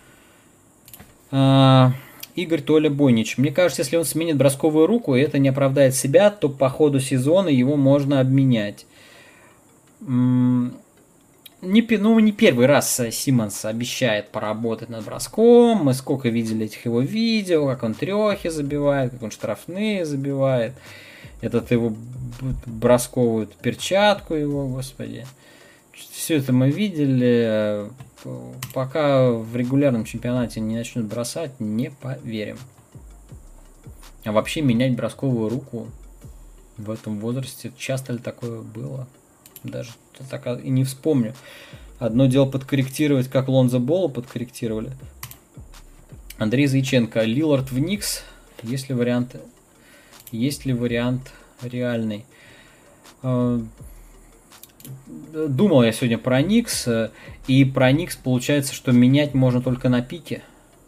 А, Игорь Толя Бойнич. Мне кажется, если он сменит бросковую руку, и это не оправдает себя, то по ходу сезона его можно обменять. М- Не, ну, не первый раз Симмонс обещает поработать над броском. Мы сколько видели этих его видео, как он трехи забивает, как он штрафные забивает. Этот его бросковую перчатку его, господи. Все это мы видели. Пока в регулярном чемпионате не начнут бросать, не поверим. А вообще менять бросковую руку в этом возрасте, часто ли такое было? Даже так и не вспомню. Одно дело подкорректировать, как Лонзо Болла подкорректировали. Андрей Заиченко. Лилард в Никс. Есть ли вариант, есть ли вариант реальный? Думал я сегодня про Никс. И про Никс получается, что менять можно только на пике.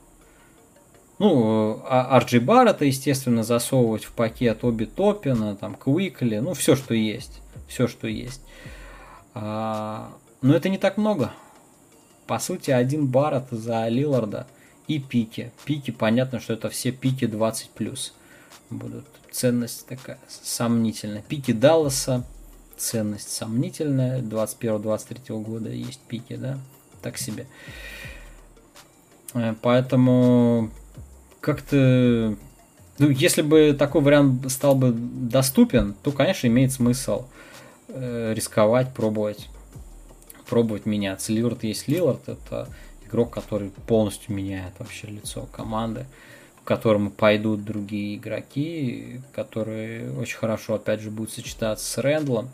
Ну, Ар Джей Баррета, естественно, засовывать в пакет Оби Топпина, там, Квикли. Ну, все, что есть. Все, что есть. А, но это не так много. По сути, один Барретт за Лиларда и пики. Пики, понятно, что это все пики двадцать плюс. Будут. Ценность такая сомнительная. Пики Далласа. Ценность сомнительная. двадцать первого двадцать третьего года есть пики, да? Так себе. Поэтому как-то... Ну, если бы такой вариант стал бы доступен, то, конечно, имеет смысл э, рисковать, пробовать, пробовать меняться. Лилард есть Лилард, это игрок, который полностью меняет вообще лицо команды, к которому пойдут другие игроки, которые очень хорошо, опять же, будут сочетаться с Рэндлом.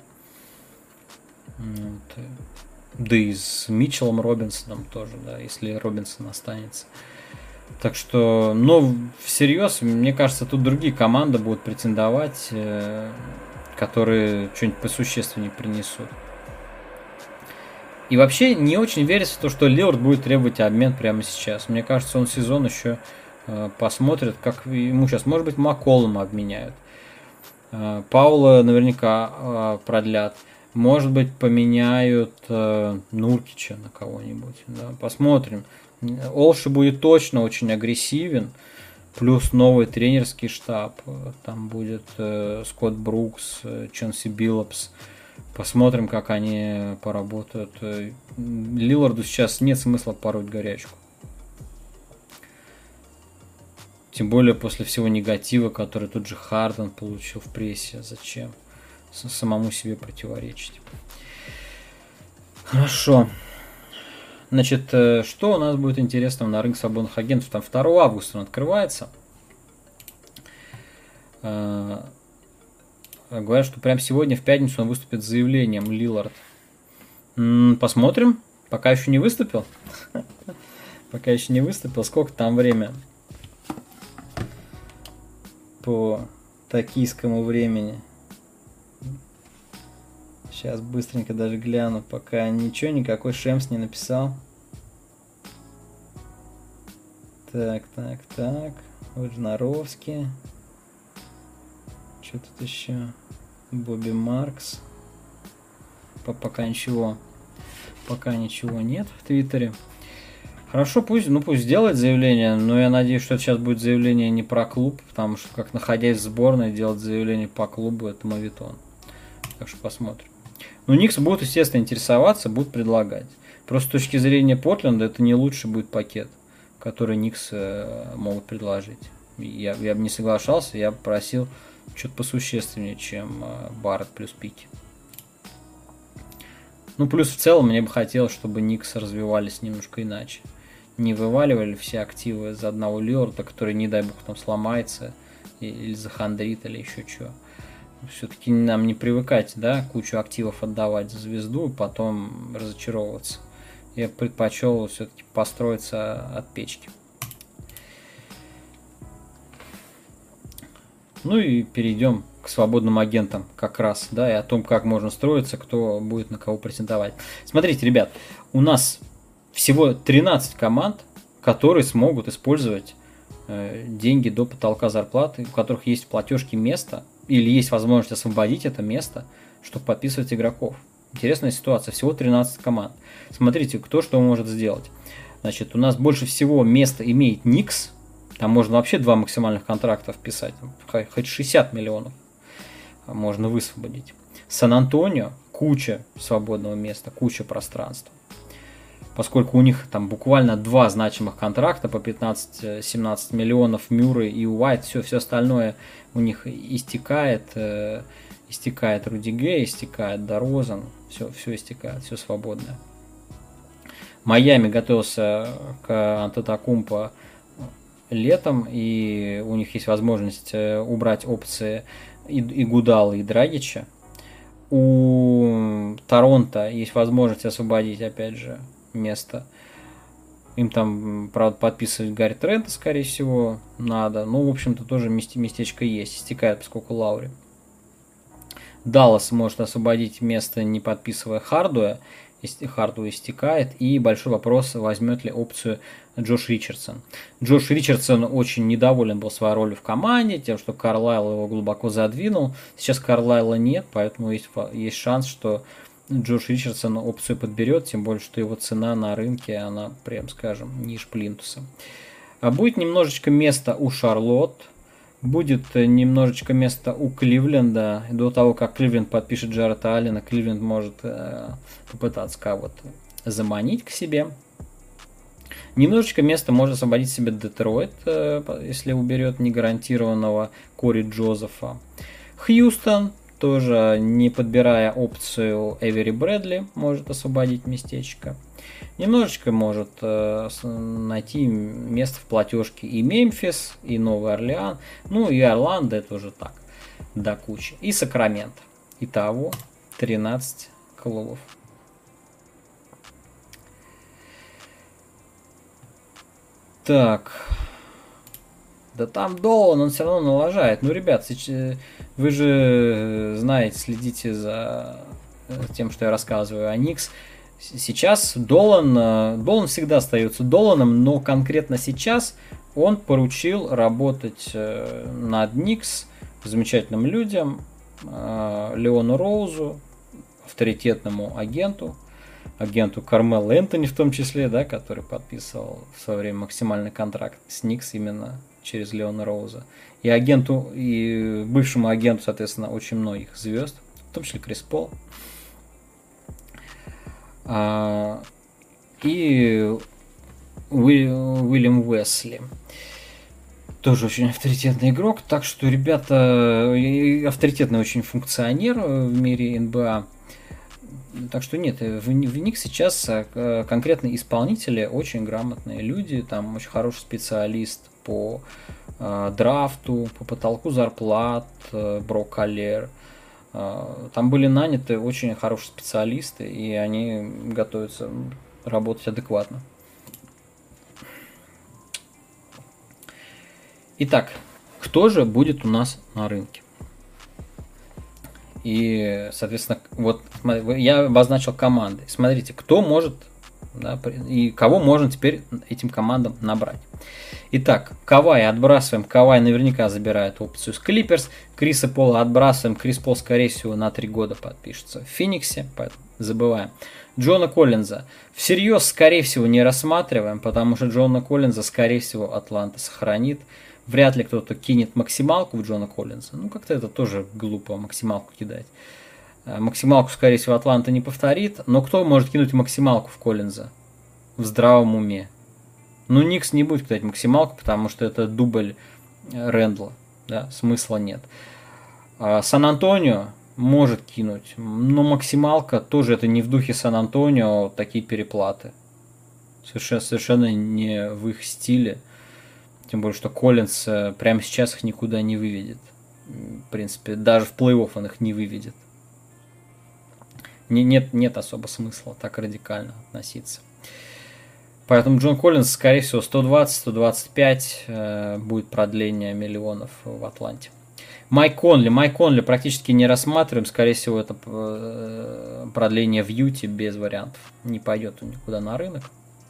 Вот. Да и с Митчеллом Робинсоном тоже, да, если Робинсон останется. Так что, ну, всерьез, мне кажется, тут другие команды будут претендовать, э, которые что-нибудь посущественнее принесут. И вообще не очень верится в то, что Лилард будет требовать обмен прямо сейчас. Мне кажется, он сезон еще э, посмотрит, как ему сейчас, может быть, Макколума обменяют. Э, Паула наверняка э, продлят. Может быть, поменяют э, Нуркича на кого-нибудь. Да? Посмотрим. Олши будет точно очень агрессивен. Плюс новый тренерский штаб. Там будет э, Скотт Брукс, э, Ченси Биллопс. Посмотрим, как они поработают. Лиларду сейчас нет смысла пороть горячку. Тем более после всего негатива, который тут же Харден получил в прессе. Зачем? Самому себе противоречить. Хорошо. Значит, что у нас будет интересного на рынке свободных агентов? Там второго августа он открывается. Говорят, что прямо сегодня, в пятницу, он выступит с заявлением, Лилард. Посмотрим. Пока еще не выступил. Пока еще не выступил. Сколько там время? По токийскому времени. Сейчас быстренько даже гляну, пока ничего, никакой Шемс не написал. Так, так, так. Вожнаровский. Что тут еще? Бобби Маркс. Пока ничего. Пока ничего нет в Твиттере. Хорошо, пусть, ну пусть сделает заявление, но я надеюсь, что это сейчас будет заявление не про клуб, потому что как находясь в сборной делать заявление по клубу, это мавитон. Так что посмотрим. Ну, Никс будут, естественно, интересоваться, будут предлагать. Просто с точки зрения Портленда это не лучший будет пакет, который Никс э, могут предложить. Я, я бы не соглашался, я бы просил что-то посущественнее, чем э, Барретт плюс пики. Ну, плюс в целом мне бы хотелось, чтобы Никс развивались немножко иначе. Не вываливали все активы за одного Лиларда, который, не дай бог, там сломается или захандрит, или еще что. Все-таки нам не привыкать, да, кучу активов отдавать за звезду, и потом разочаровываться. Я предпочел все-таки построиться от печки. Ну и перейдем к свободным агентам как раз, да, и о том, как можно строиться, кто будет на кого претендовать. Смотрите, ребят, у нас всего тринадцать команд, которые смогут использовать э, деньги до потолка зарплаты, у которых есть в платежке место, или есть возможность освободить это место, чтобы подписывать игроков. Интересная ситуация. Всего тринадцать команд. Смотрите, кто что может сделать. Значит, у нас больше всего места имеет Никс. Там можно вообще два максимальных контракта вписать. Хоть шестьдесят миллионов можно высвободить. Сан-Антонио, куча свободного места, куча пространства. Поскольку у них там буквально два значимых контракта по пятнадцать-семнадцать миллионов, Мюррей и Уайт, все, все остальное у них истекает, э, истекает Руди Гэй, истекает Дорозан, все, все истекает, все свободное. Майами готовился к Антетокумпо летом, и у них есть возможность убрать опции и, и Гудала, и Драгича. У Торонто есть возможность освободить, опять же, место. Им там, правда, подписывать Гарри Трента, скорее всего, надо. Ну, в общем-то, тоже местечко есть. Истекает, поскольку Лаури. Даллас может освободить место, не подписывая Хардуэ. Хардуэ истекает. И большой вопрос, возьмет ли опцию Джош Ричардсон. Джош Ричардсон очень недоволен был своей ролью в команде, тем, что Карлайл его глубоко задвинул. Сейчас Карлайла нет, поэтому есть, есть шанс, что Джош Ричардсон опцию подберет, тем более, что его цена на рынке, она, прям скажем, ниже Плинтуса. А будет немножечко места у Шарлотт, будет немножечко места у Кливленда. До того, как Кливленд подпишет Джарета Аллена, Кливленд может э, попытаться кого-то заманить к себе. Немножечко места может освободить себе Детройт, если уберет негарантированного Кори Джозефа. Хьюстон, тоже не подбирая опцию Эвери Брэдли, может освободить местечко. Немножечко может э, найти место в платежке и Мемфис, и Новый Орлеан, ну и Орландо, это уже так, до кучи. И Сакраменто. Итого тринадцать клубов. Так. Да там Долан, он все равно налажает. Ну, ребят, вы же знаете, следите за тем, что я рассказываю о Никс. Сейчас Долан, Долан всегда остается Доланом, но конкретно сейчас он поручил работать над Никс замечательным людям, Леону Роузу, авторитетному агенту, агенту Кармелу Энтони в том числе, да, который подписывал в свое время максимальный контракт с Никс именно через Леона Роуза. И агенту, и бывшему агенту, соответственно, очень многих звезд, в том числе Крис Пол. А, и Уильям Уэсли. Тоже очень авторитетный игрок. Так что, ребята, авторитетный очень функционер в мире эн бэ а. Так что нет, в, в них сейчас конкретные исполнители очень грамотные люди. Там очень хороший специалист по э, драфту, по потолку зарплат, э, Брок Коллер. Э, там были наняты очень хорошие специалисты, и они готовятся работать адекватно. Итак, кто же будет у нас на рынке? И, соответственно, вот я обозначил команды. Смотрите, кто может, да, и кого можно теперь этим командам набрать. Итак, Кавай отбрасываем. Кавай наверняка забирает опцию с Клиперс. Криса Пола отбрасываем. Крис Пол, скорее всего, на три года подпишется в Фениксе, поэтому забываем. Джона Коллинза всерьез, скорее всего, не рассматриваем, потому что Джона Коллинза, скорее всего, Атланта сохранит. Вряд ли кто-то кинет максималку в Джона Коллинза. Ну, как-то это тоже глупо, максималку кидать. Максималку, скорее всего, Атланта не повторит. Но кто может кинуть максималку в Коллинза? В здравом уме. Ну, Никс не будет кидать максималку, потому что это дубль Рэндла. Да, смысла нет. Сан-Антонио может кинуть. Но максималка тоже это не в духе Сан-Антонио, такие переплаты. Совершенно, совершенно не в их стиле. Тем более, что Коллинз прямо сейчас их никуда не выведет. В принципе, даже в плей-офф он их не выведет. Не, нет, нет особо смысла так радикально относиться. Поэтому Джон Коллинз, скорее всего, сто двадцать - сто двадцать пять э, будет продление миллионов в Атланте. Майк Конли. Майк Конли практически не рассматриваем. Скорее всего, это э, продление в Юте без вариантов. Не пойдет он никуда на рынок.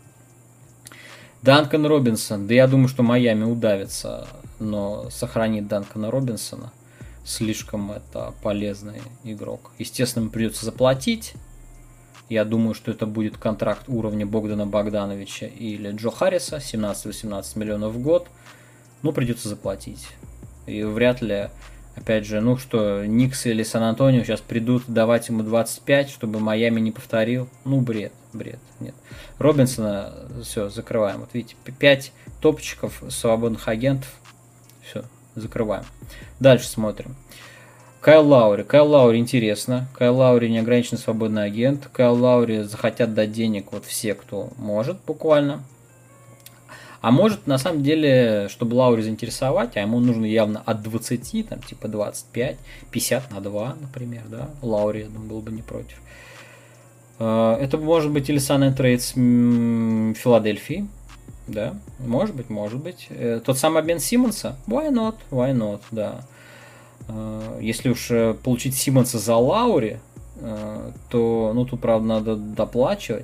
Данкан Робинсон. Да я думаю, что Майами удавится, но сохранит Данкана Робинсона. Слишком это полезный игрок. Естественно, ему придется заплатить. Я думаю, что это будет контракт уровня Богдана Богдановича или Джо Харриса. семнадцать-восемнадцать миллионов в год. Ну, придется заплатить. И вряд ли, опять же, ну что, Никс или Сан-Антонио сейчас придут давать ему двадцать пять, чтобы Майами не повторил. Ну, бред, бред, нет. Робинсона, все, закрываем. Вот видите, пять топчиков свободных агентов. Все, закрываем. Дальше смотрим. Кайл Лаури. Кайл Лаури интересно. Кайл Лаури неограниченный свободный агент. Кайл Лаури захотят дать денег вот все, кто может, буквально. А может, на самом деле, чтобы Лаури заинтересовать, а ему нужно явно от двадцати, там, типа двадцать пять, пятьдесят на два, например, да, Лаури, я думаю, был бы не против. Это может быть или Сан Трейдс Филадельфии, да, может быть, может быть. Тот самый обмен Симмонса, why not, why not, да. Если уж получить Симмонса за Лаури, то, ну, тут, правда, надо доплачивать,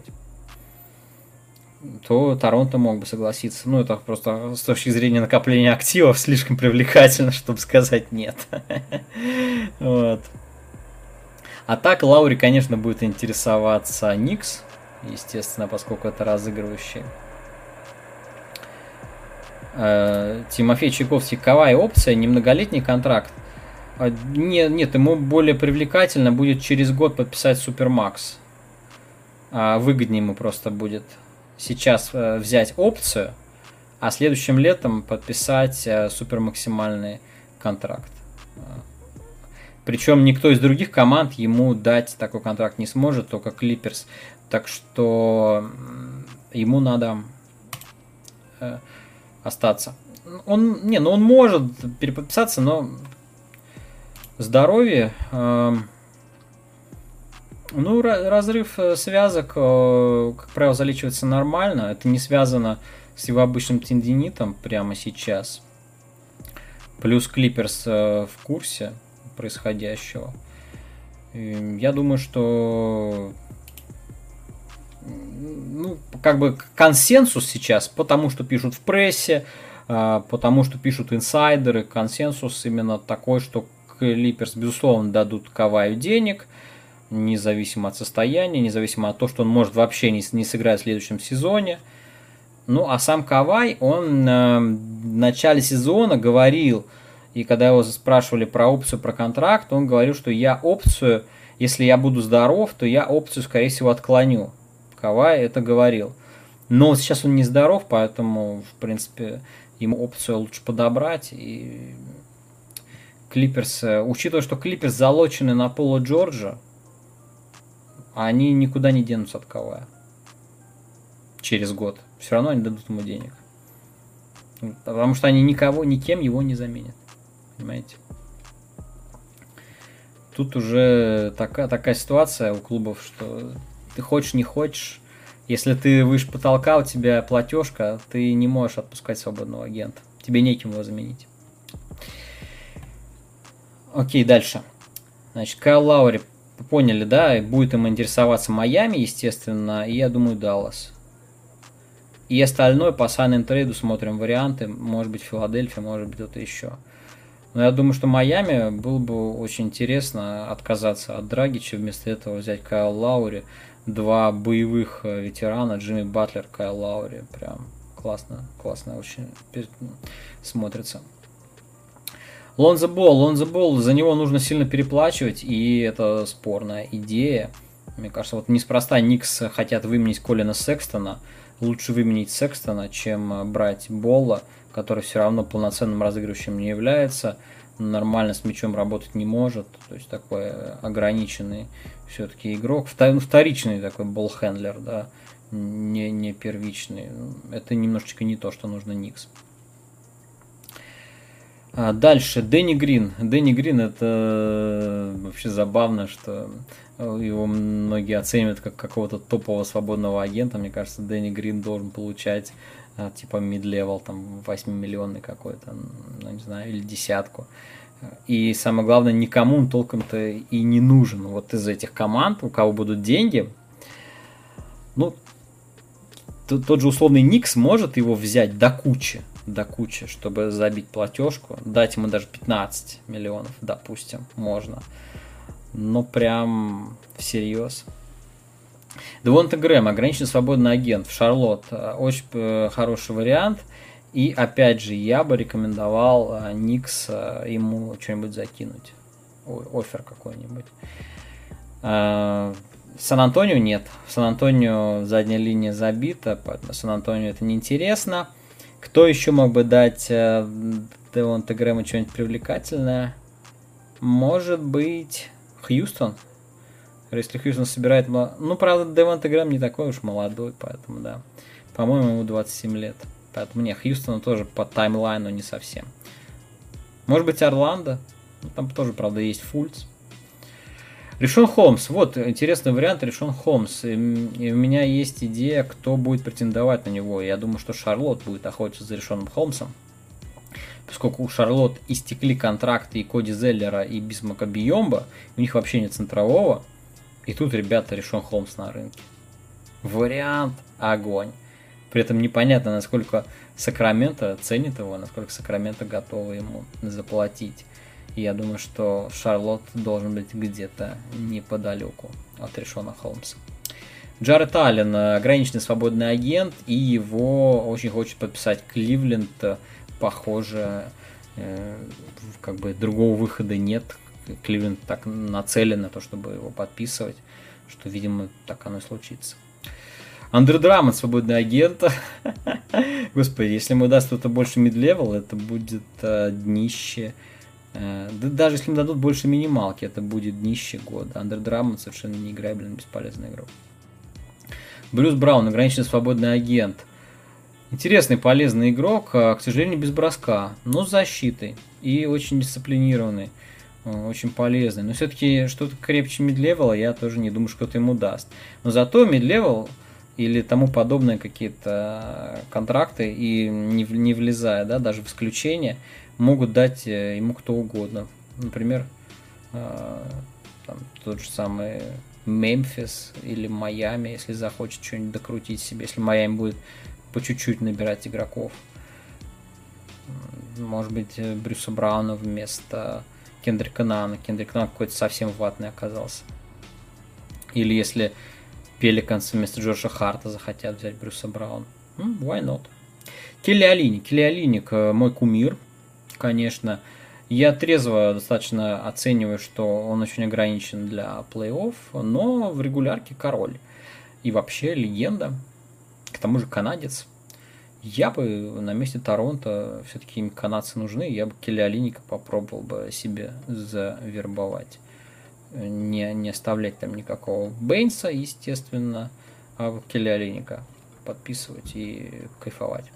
то Торонто мог бы согласиться. Ну, это просто с точки зрения накопления активов слишком привлекательно, чтобы сказать нет. Вот. А так Лаури, конечно, будет интересоваться Никс, естественно, поскольку это разыгрывающий. Тимофей Чайковский, Кавай опция, немноголетний контракт. Нет, нет, ему более привлекательно будет через год подписать Супермакс. Выгоднее ему просто будет. сейчас э, взять опцию, а следующим летом подписать э, супермаксимальный контракт. Причем никто из других команд ему дать такой контракт не сможет, только Клиперс. Так что ему надо э, остаться. Он, не, ну он может переподписаться, но здоровье... Э, ну, разрыв связок, э, как правило, залечивается нормально. Это не связано с его обычным тендинитом прямо сейчас. Плюс Клиперс э, в курсе происходящего. И я думаю, что ну, как бы консенсус сейчас, потому что пишут в прессе, э, потому что пишут инсайдеры, консенсус именно такой, что Клиперс, безусловно, дадут Каваю денег, независимо от состояния, независимо от того, что он может вообще не, не сыграть в следующем сезоне. Ну, а сам Кавай, он э, в начале сезона говорил, и когда его спрашивали про опцию, про контракт, он говорил, что я опцию, если я буду здоров, то я опцию, скорее всего, отклоню. Кавай это говорил. Но сейчас он не здоров, поэтому, в принципе, ему опцию лучше подобрать. И Клиперс, учитывая, что Клиперс залочены на Пола Джорджа, они никуда не денутся от Кавая через год. Все равно они дадут ему денег. Потому что они никого, никем его не заменят. Понимаете? Тут уже такая, такая ситуация у клубов, что ты хочешь, не хочешь. Если ты выше потолка, у тебя платежка, ты не можешь отпускать свободного агента. Тебе неким его заменить. Окей, дальше. Значит, Кайл Лаури, поняли, да, будет им интересоваться Майами, естественно, и, я думаю, Даллас. И остальное по sign and trade смотрим варианты. Может быть, Филадельфия, может быть, кто-то еще. Но я думаю, что Майами было бы очень интересно отказаться от Драгича, вместо этого взять Кайл Лаури. Два боевых ветерана, Джимми Батлер, Кайл Лаури. Прям классно, классно очень смотрится. Лонзо Болл, Лонзо Болл, за него нужно сильно переплачивать, и это спорная идея. Мне кажется, вот неспроста Никс хотят выменить Колина Секстона. Лучше выменить Секстона, чем брать Болла, который все равно полноценным разыгрывающим не является, нормально с мячом работать не может, то есть такой ограниченный все-таки игрок, вторичный такой болл-хендлер, да, не, не первичный. Это немножечко не то, что нужно Никс. А дальше Дэнни Грин. Дэнни Грин, это вообще забавно, что его многие оценивают как какого-то топового свободного агента. Мне кажется, Дэнни Грин должен получать типа мид-левел, там восьмимиллионный какой-то, ну не знаю, или десятку. И самое главное, никому он толком-то и не нужен. Вот из этих команд, у кого будут деньги, ну, тот же условный Никс может его взять до кучи. до кучи, чтобы забить платежку, дать ему даже пятнадцать миллионов, допустим, можно. Но прям всерьез. Девонта Грэм, ограниченный свободный агент в Шарлотт, очень хороший вариант. И опять же, я бы рекомендовал Никс ему что-нибудь закинуть. Ой, оффер какой-нибудь. Сан-Антонио нет. В Сан-Антонио задняя линия забита, поэтому Сан-Антонио это неинтересно. Кто еще мог бы дать э, Девонте Грэму что-нибудь привлекательное? Может быть, Хьюстон. Если Хьюстон собирает... Ну, правда, Девонте Грэм не такой уж молодой, поэтому, да. По-моему, ему двадцать семь лет. Поэтому, не, Хьюстон тоже по таймлайну не совсем. Может быть, Орландо. Ну, там тоже, правда, есть Фульц. Ришон Холмс. Вот, интересный вариант Ришон Холмс. И, и у меня есть идея, кто будет претендовать на него. Я думаю, что Шарлотт будет охотиться за Ришоном Холмсом. Поскольку у Шарлотт истекли контракты и Коди Зеллера, и Бисмака Бийомба, у них вообще нет центрового. И тут, ребята, Ришон Холмс на рынке. Вариант огонь. При этом непонятно, насколько Сакраменто ценит его, насколько Сакраменто готовы ему заплатить. И я думаю, что Шарлотт должен быть где-то неподалеку от Ришона Холмса. Джаред Аллен, ограниченный свободный агент, и его очень хочет подписать Кливленд. Похоже, э, как бы другого выхода нет. Кливленд так нацелен на то, чтобы его подписывать, что, видимо, так оно и случится. Андре Драмонд, свободный агент. Господи, если ему даст кто-то больше мид-левел, это будет э, днище. Э, да, даже если им дадут больше минималки, это будет днище года. Андре Драмонд совершенно неиграбельный, бесполезный игрок. Брюс Браун, ограниченный свободный агент. Интересный, полезный игрок, к сожалению, без броска, но с защитой и очень дисциплинированный, очень полезный. Но все-таки что-то крепче мид-левела я тоже не думаю, что кто-то ему даст. Но зато мид-левел или тому подобные какие-то контракты, и не, не влезая, да, даже в исключение, могут дать ему кто угодно. Например, там, тот же самый Мемфис или Майами, если захочет что-нибудь докрутить себе, если Майами будет по чуть-чуть набирать игроков. Может быть, Брюса Брауна вместо Кендрика Нана. Кендрик Нан какой-то совсем ватный оказался. Или если Пеликанс вместо Джорджа Харта захотят взять Брюса Брауна. Why not? Келли Олиник. Келли Олиник мой кумир, конечно. Я трезво достаточно оцениваю, что он очень ограничен для плей-офф, но в регулярке король. И вообще легенда. К тому же канадец. Я бы на месте Торонто, все-таки им канадцы нужны, я бы Келли Олиника попробовал бы себе завербовать. Не, не оставлять там никакого Бейнса, естественно, а вот Келли Олиника подписывать и кайфовать.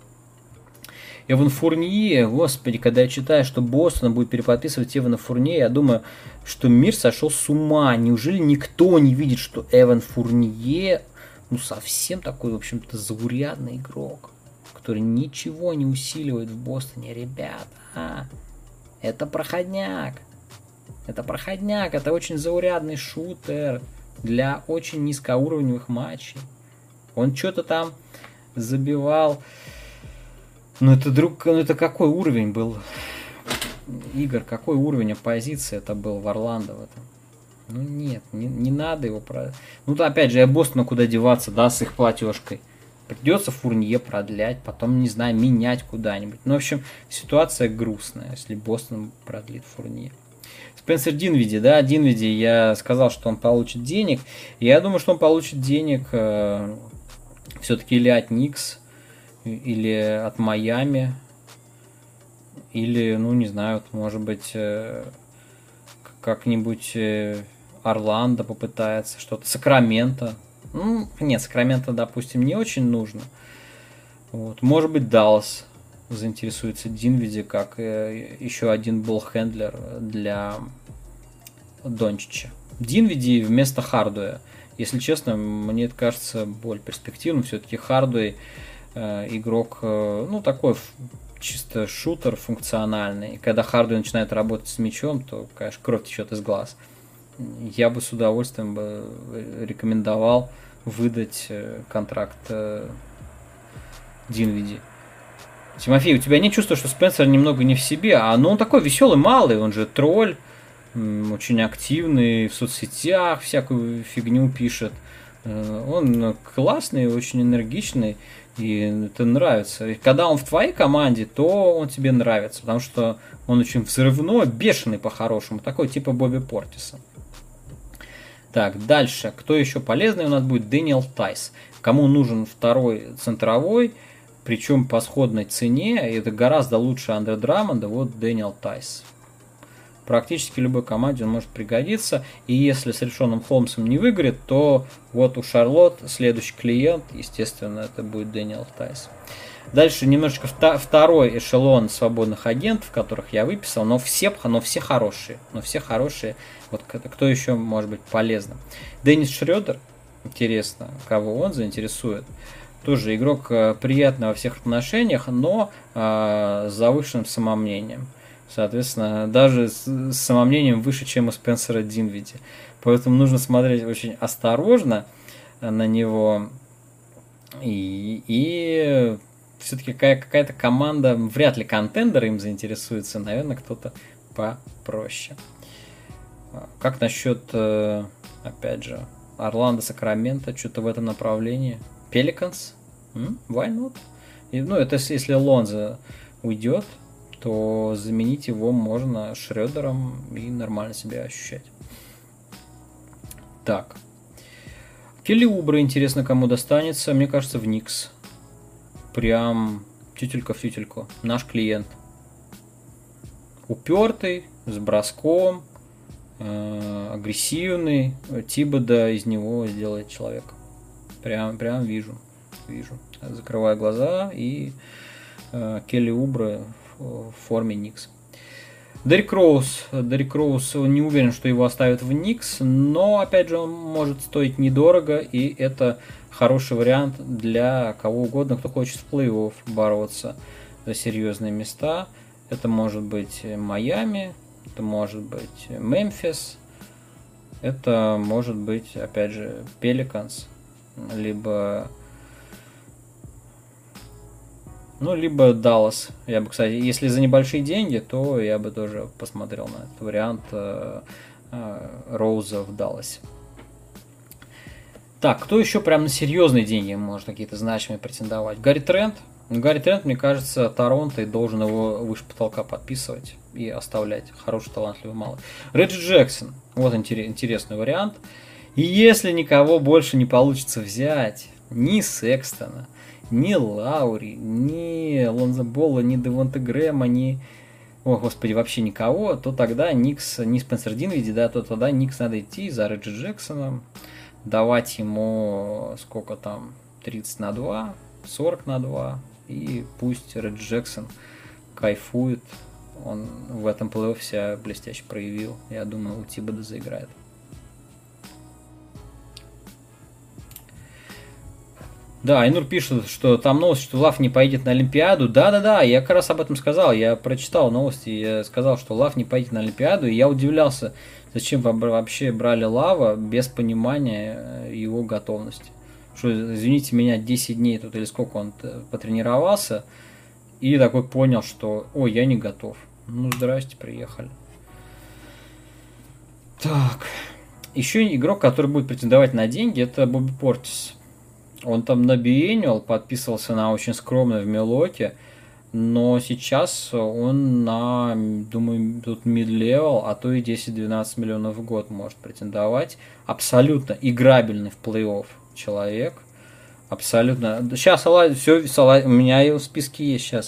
Эван Фурнье, господи, когда я читаю, что Бостон будет переподписывать Эвана Фурнье, я думаю, что мир сошел с ума. Неужели никто не видит, что Эван Фурнье, ну, совсем такой, в общем-то, заурядный игрок, который ничего не усиливает в Бостоне. Ребята, это проходняк. Это проходняк, это очень заурядный шутер для очень низкоуровневых матчей. Он что-то там забивал. Ну, это, друг, ну, это какой уровень был? Игр, какой уровень оппозиции это был в Орландо в этом? Ну, нет, не, не надо его про... Ну, да, опять же, я Бостону куда деваться, да, с их платежкой. Придется Фурнье продлять, потом, не знаю, менять куда-нибудь. Ну, в общем, ситуация грустная, если Бостон продлит Фурнье. Спенсер Динвиди, да, Динвиди, я сказал, что он получит денег. И я думаю, что он получит денег э, все-таки или от Никс, или от Майами, или, ну, не знаю, может быть, э, как-нибудь э, Орландо попытается что-то, Сакраменто. Ну, нет, Сакраменто, допустим, не очень нужно. Вот. Может быть, Даллас заинтересуется Динвиди как э, еще один болл-хендлер для Дончича. Динвиди вместо Хардуэя. Если честно, мне это кажется более перспективным. Все-таки Хардуэй э, игрок, э, ну, такой чисто шутер функциональный. И когда Хардуэй начинает работать с мячом, то, конечно, кровь течет из глаз. Я бы с удовольствием бы рекомендовал выдать контракт э, Динвиди. Тимофей, у тебя нет чувства, что Спенсер немного не в себе, а ну он такой веселый, малый, он же тролль, очень активный в соцсетях, всякую фигню пишет. Он классный, очень энергичный, и это нравится. И когда он в твоей команде, то он тебе нравится, потому что он очень взрывной, бешеный по-хорошему, такой типа Бобби Портиса. Так, дальше. Кто еще полезный у нас будет? Дэниел Тайс. Кому нужен второй центровой, причем по сходной цене, это гораздо лучше Андре Драмонда, вот Дэниел Тайс. Практически любой команде он может пригодиться. И если с Ришоном Холмсом не выиграет, то вот у Шарлотт следующий клиент, естественно, это будет Дэниел Тайс. Дальше немножечко второй эшелон свободных агентов, которых я выписал, но все, но все хорошие. Но все хорошие. Вот кто еще может быть полезным? Деннис Шрёдер, интересно, кого он заинтересует. Тоже игрок приятный во всех отношениях, но э, с завышенным самомнением. Соответственно, даже с, с самомнением выше, чем у Спенсера Динвиди. Поэтому нужно смотреть очень осторожно на него. И, и все-таки какая- какая-то команда, вряд ли контендер им заинтересуется, наверное, кто-то попроще. Как насчет, опять же, Орландо, Сакраменто, что-то в этом направлении? Пеликанс? Why not? И, ну, это если Лонзо уйдет, то заменить его можно Шрёдером и нормально себя ощущать. Так. Келли Убре, интересно, кому достанется. Мне кажется, в Никс. Прям тютелька в тютельку. Наш клиент. Упертый, с броском, э, агрессивный. Тибода из него сделает человека. Прям, прям вижу. Вижу. Закрываю глаза и э, Келли Убре в, в форме Никс. Деррик Роуз. Деррик Роуз, не уверен, что его оставят в Никс, но, опять же, он может стоить недорого, и это хороший вариант для кого угодно, кто хочет в плей-офф бороться за серьезные места. Это может быть Майами, это может быть Мемфис, это может быть, опять же, Пеликанс, либо... Ну, либо Даллас. Я бы, кстати, если за небольшие деньги, то я бы тоже посмотрел на этот вариант э, э, Роуза в Далласе. Так, кто еще прям на серьезные деньги может какие-то значимые претендовать? Гарри Трент. Гарри Трент, мне кажется, Торонто и должен его выше потолка подписывать и оставлять. Хороший, талантливый, малый. Реджи Джексон. Вот интересный вариант. И если никого больше не получится взять, ни Секстона, ни Лаури, ни Лонзо Болла, ни Девонта Грэма, ни... О, господи, вообще никого, то тогда Никс, не Спенсер Динвиди, да, то тогда Никс надо идти за Реджи Джексоном, давать ему сколько там, тридцать на два, сорок на два, и пусть Реджи Джексон кайфует. Он в этом плей-офф себя блестяще проявил. Я думаю, у Тибода заиграет. Да, Айнур пишет, что там новость, что Лав не поедет на Олимпиаду. Да-да-да, я как раз об этом сказал. Я прочитал новости, я сказал, что Лав не поедет на Олимпиаду. И я удивлялся, зачем вообще брали Лава без понимания его готовности. Что, извините меня, десять дней тут или сколько он потренировался. И такой понял, что, ой, я не готов. Ну, здрасте, приехали. Так. Еще игрок, который будет претендовать на деньги, это Бобби Портис. Он там на Biennial подписывался на очень скромно в Милоке, но сейчас он на, думаю, тут mid-level, а то и десять-двенадцать миллионов в год может претендовать. Абсолютно играбельный в плей-офф человек. Абсолютно. Сейчас все, у меня и в списке есть сейчас.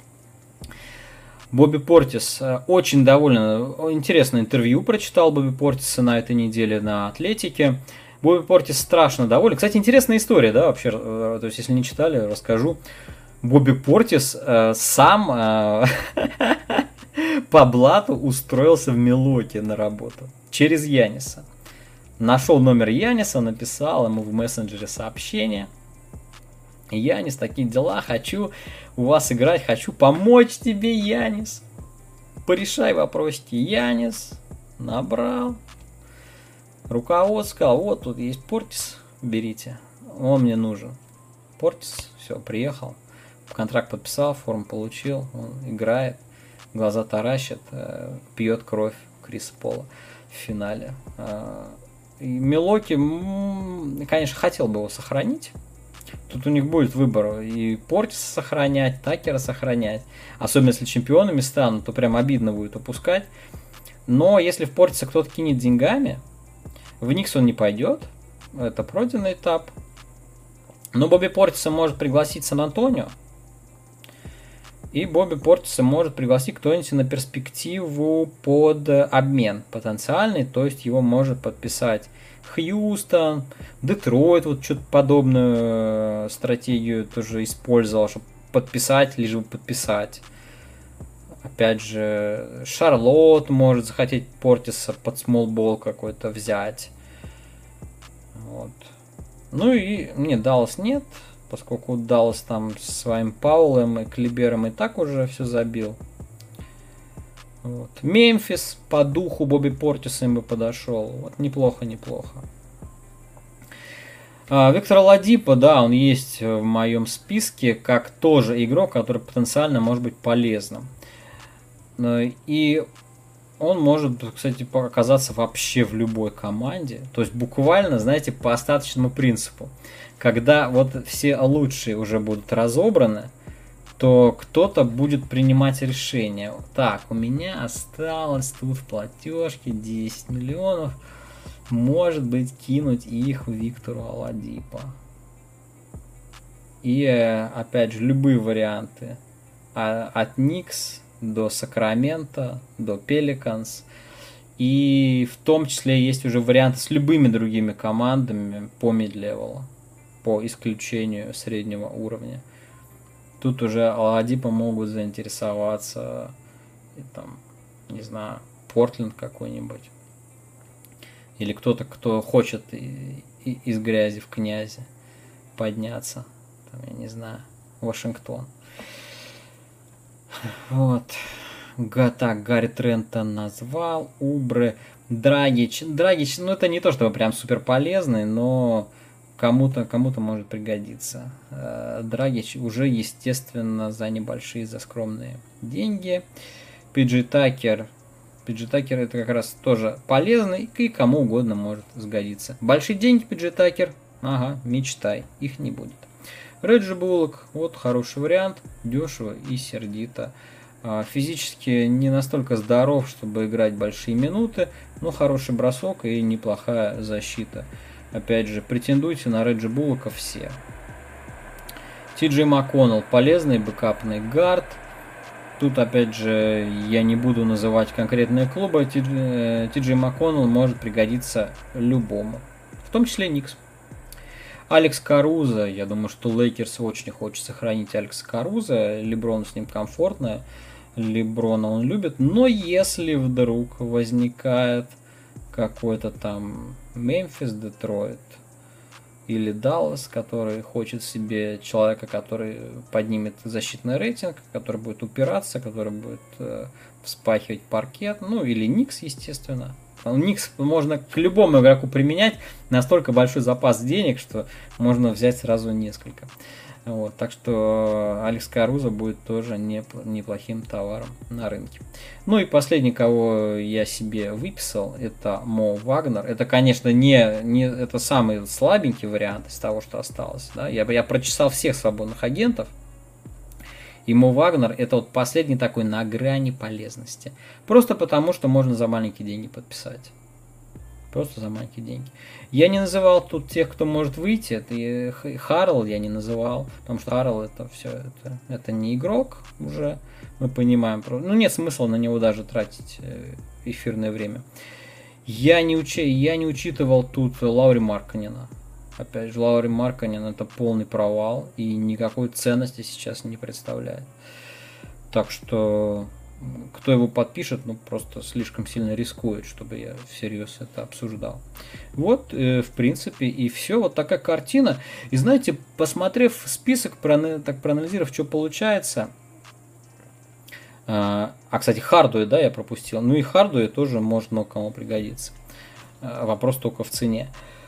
Бобби Портис очень доволен. Интересное интервью прочитал Бобби Портиса на этой неделе на Атлетике. Бобби Портис страшно доволен. Кстати, интересная история, да, вообще, то есть, если не читали, расскажу. Бобби Портис э, сам э, по блату устроился в Милоке на работу через Яниса. Нашел номер Яниса, написал ему в мессенджере сообщение. Янис, такие дела, хочу у вас играть, хочу помочь тебе, Янис. Порешай вопросики. Янис набрал. Руководство сказал, вот тут есть Портис, берите, он мне нужен. Портис, все, приехал, контракт подписал, форму получил, он играет, глаза таращит, пьет кровь Криса Пола в финале. И Милоки, конечно, хотел бы его сохранить. Тут у них будет выбор и Портиса сохранять, Такера сохранять. Особенно если чемпионами станут, то прям обидно будет упускать. Но если в Портиса кто-то кинет деньгами, в Никс он не пойдет. Это пройденный этап. Но Бобби Портиса может пригласить Сан-Антонио. И Бобби Портиса может пригласить кто-нибудь на перспективу под обмен потенциальный. То есть его может подписать Хьюстон, Детройт. Вот что-то подобную стратегию тоже использовал, чтобы подписать, лишь бы подписать. Опять же, Шарлотт может захотеть Портиса под смолбол какой-то взять. Вот. Ну и нет, Даллас нет, поскольку Даллас там с своим Паулом и Клибером и так уже все забил. Вот. Мемфис по духу Бобби Портиса им бы подошел. Вот неплохо, неплохо. А, Виктор Ладипо, да, он есть в моем списке как тоже игрок, который потенциально может быть полезным. И он может, кстати, оказаться вообще в любой команде. То есть буквально, знаете, по остаточному принципу. Когда вот все лучшие уже будут разобраны, то кто-то будет принимать решение. Так, у меня осталось тут в платежке десять миллионов. может быть, кинуть их Виктору Оладипо. И, опять же, любые варианты. От Никс до Сакрамента, до Пеликанс. И в том числе есть уже варианты с любыми другими командами по мид-левелу, по исключению среднего уровня. Тут уже Оладипо могут заинтересоваться, и, там, не знаю, Портленд какой-нибудь. Или кто-то, кто хочет и, и, из грязи в князи подняться. Там, я не знаю, Вашингтон. Вот. Га, так, Гарри Трентон назвал. Убры. Драгич. Драгич, ну это не то, чтобы прям супер полезный, но кому-то кому-то может пригодиться. Драгич уже, естественно, за небольшие, за скромные деньги. Пиджи Такер. Пиджи Такер это как раз тоже полезный и кому угодно может сгодиться. Большие деньги Пиджи Такер. Ага, мечтай. Их не будет. Реджи Буллок. Вот хороший вариант. Дешево и сердито. Физически не настолько здоров, чтобы играть большие минуты, но хороший бросок и неплохая защита. Опять же, претендуйте на Реджи Буллока все. Ти Джей МакКоннелл, полезный бэкапный гард. Тут, опять же, я не буду называть конкретные клубы. Ти Джей МакКоннелл может пригодиться любому, в том числе Никс. Алекс Карузо, я думаю, что Лейкерс очень хочет сохранить Алекса Карузо. Леброн с ним комфортно. Леброна он любит. Но если вдруг возникает какой-то там Мемфис, Детройт или Даллас, который хочет себе человека, который поднимет защитный рейтинг, который будет упираться, который будет э, вспахивать паркет, ну или Никс, естественно. Никс можно к любому игроку применять, настолько большой запас денег, что можно взять сразу несколько. Вот, так что Алекс Карузо будет тоже неплохим товаром на рынке. Ну и последний, кого я себе выписал, это Мо Вагнер. Это, конечно, не, не это самый слабенький вариант из того, что осталось. Да? Я, я прочесал всех свободных агентов. И Мо Вагнер это вот последний такой на грани полезности. Просто потому, что можно за маленькие деньги подписать. Просто за маленькие деньги. Я не называл тут тех, кто может выйти. Это Харрелл я не называл. Потому что Харрелл это все, это, это не игрок уже. Мы понимаем. Ну нет смысла на него даже тратить эфирное время. Я не, уч... я не учитывал тут Лаури Маркканена. Опять же, Лаури Маркканен это полный провал и никакой ценности сейчас не представляет. Так что, кто его подпишет, ну просто слишком сильно рискует, чтобы я всерьез это обсуждал. Вот, э, в принципе, и все. Вот такая картина. И знаете, посмотрев список, проана... так проанализировав, что получается. А, а кстати, Хардуэ, да, я пропустил. Ну и Хардуэ тоже может много кому пригодиться. А, вопрос только в цене.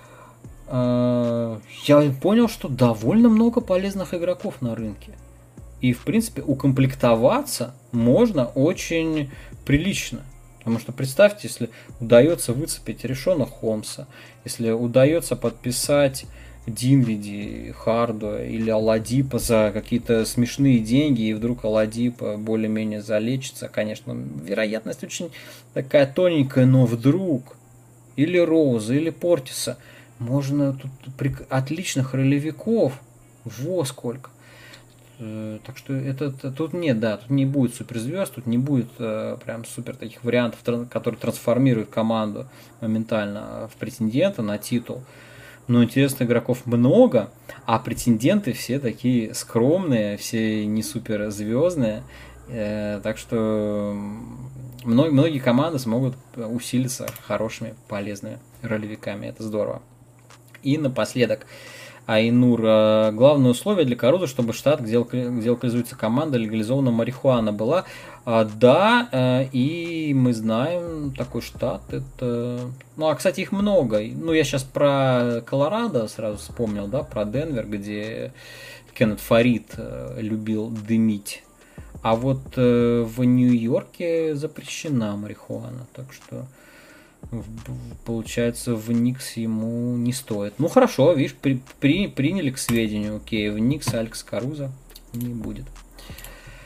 Я понял, что довольно много полезных игроков на рынке. И, в принципе, укомплектоваться можно очень прилично. Потому что представьте, если удается выцепить Ришона Холмса, если удается подписать Динвиди, Хардуэ или Оладипо за какие-то смешные деньги, и вдруг Оладипо более-менее залечится, конечно, вероятность очень такая тоненькая, но вдруг, или Роуза, или Портиса, можно тут отличных ролевиков, во сколько. Так что это, это тут нет, да, тут не будет суперзвезд, тут не будет э, прям супер таких вариантов, которые трансформируют команду моментально в претендента на титул. Но интересных игроков много, а претенденты все такие скромные, все не суперзвездные. Э, так что многие, многие команды смогут усилиться хорошими, полезными ролевиками. Это здорово. И напоследок, Айнур, главное условие для Карузо, чтобы штат, где, где локализуется команда, легализована марихуана была. Да, и мы знаем такой штат. Это... Ну, а, кстати, их много. Ну, я сейчас про Колорадо сразу вспомнил, да, про Денвер, где Кеннет Фарид любил дымить. А вот в Нью-Йорке запрещена марихуана, так что... Получается, в Никс ему не стоит. Ну хорошо, видишь, при, при, приняли к сведению. Окей, в Никс Алекс Карузо не будет.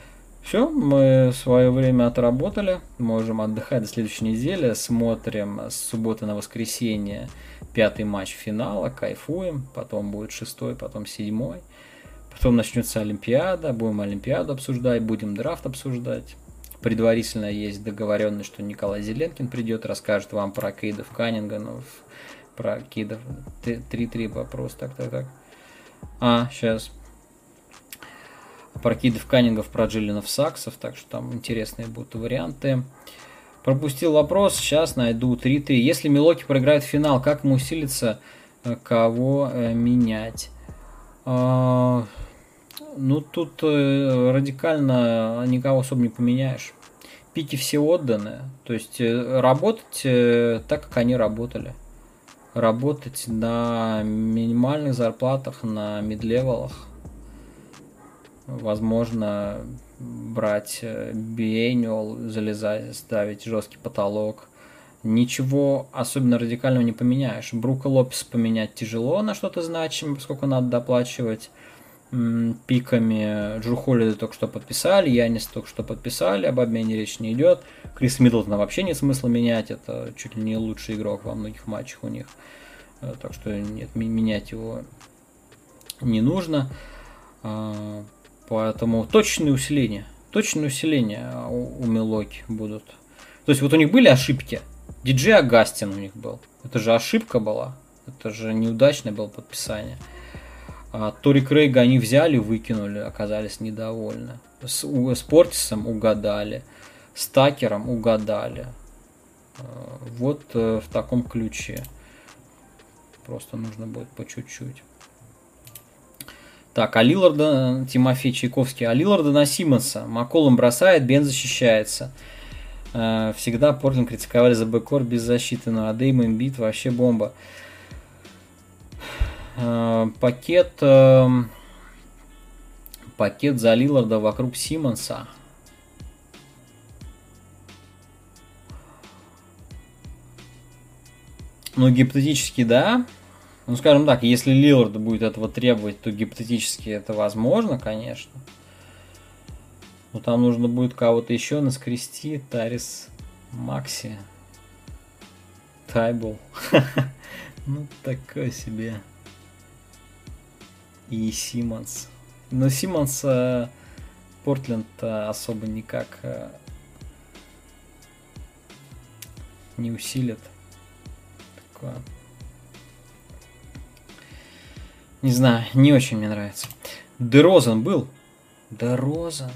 Все, мы свое время отработали, можем отдыхать до следующей недели, смотрим с субботы на воскресенье пятый матч финала, кайфуем, потом будет шестой, потом седьмой, потом начнется Олимпиада, будем Олимпиаду обсуждать, будем драфт обсуждать. Предварительно есть договоренность, что Николай Зеленкин придет, расскажет вам про Кейдов Каннингенов, про Кейдов три-три вопрос, так, так, так. А, сейчас. Про Кейдов Каннингов, про Джиллинов Саксов, так что там интересные будут варианты. Пропустил вопрос, сейчас найду три-три. Если Милоки проиграет финал, как ему усилиться, кого менять? А, ну, тут радикально никого особо не поменяешь. Пики все отданы. То есть работать так, как они работали. Работать на минимальных зарплатах, на мид-левелах. Возможно, брать биенниал, залезать, ставить жесткий потолок. Ничего особенно радикального не поменяешь. Брука Лопес поменять тяжело на что-то значимое, поскольку надо доплачивать м, пиками. Джру Холлиday только что подписали, Янис только что подписали, об обмене речь не идет. Крис Миддлтона вообще нет смысла менять, это чуть ли не лучший игрок во многих матчах у них. Так что нет, менять его не нужно. Поэтому точные усиления. Точные усиления у, у Милоки будут. То есть вот у них были ошибки. Диджей Агастин у них был. Это же ошибка была. Это же неудачное было подписание. А Тори Крейга они взяли, выкинули, оказались недовольны. С, у, с Портисом угадали. С Такером угадали. Вот в таком ключе. Просто нужно будет по чуть-чуть. Так, а Лиларда, Тимофей Чайковский, а Лиларда на Симмонса. Макколум бросает, Бен защищается. Э, всегда Портленд критиковали за бэккорт без защиты, но Адейм Эмбит вообще бомба. Э, пакет, э, пакет за Лиларда вокруг Симмонса. Ну, гипотетически, да. Ну, скажем так, если Лилард будет этого требовать, то гипотетически это возможно, конечно. Но там нужно будет кого-то еще наскрести. Тарис Макси. Тайбл. Ну, такой себе. И Симмонс. Но Симмонс Портленд особо никак не усилит. Такое. Не знаю, не очень мне нравится. Дерозан был? Дерозан.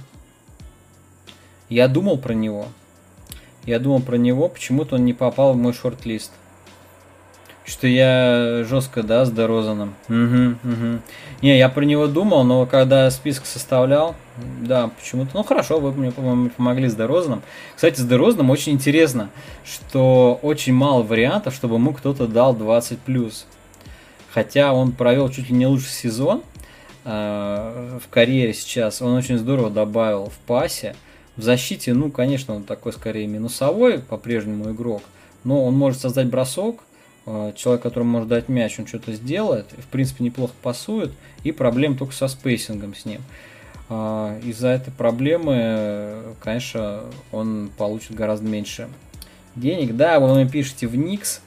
Я думал про него. Я думал про него, почему-то он не попал в мой шорт-лист. Что я жестко, да, с Дерозаном. Угу, угу. Не, я про него думал, но когда список составлял, да, почему-то. Ну хорошо, вы мне, по-моему, помогли с Дерозаном. Кстати, с Дерозаном очень интересно, что очень мало вариантов, чтобы ему кто-то дал двадцать плюс. Хотя он провел чуть ли не лучший сезон э, в карьере сейчас. Он очень здорово добавил в пасе. В защите, ну, конечно, он такой скорее минусовой, по-прежнему игрок. Но он может создать бросок. Э, человек, который может дать мяч, он что-то сделает. В принципе, неплохо пасует. И проблем только со спейсингом с ним. Э, из-за этой проблемы, конечно, он получит гораздо меньше денег. Да, вы мне пишете в Никс.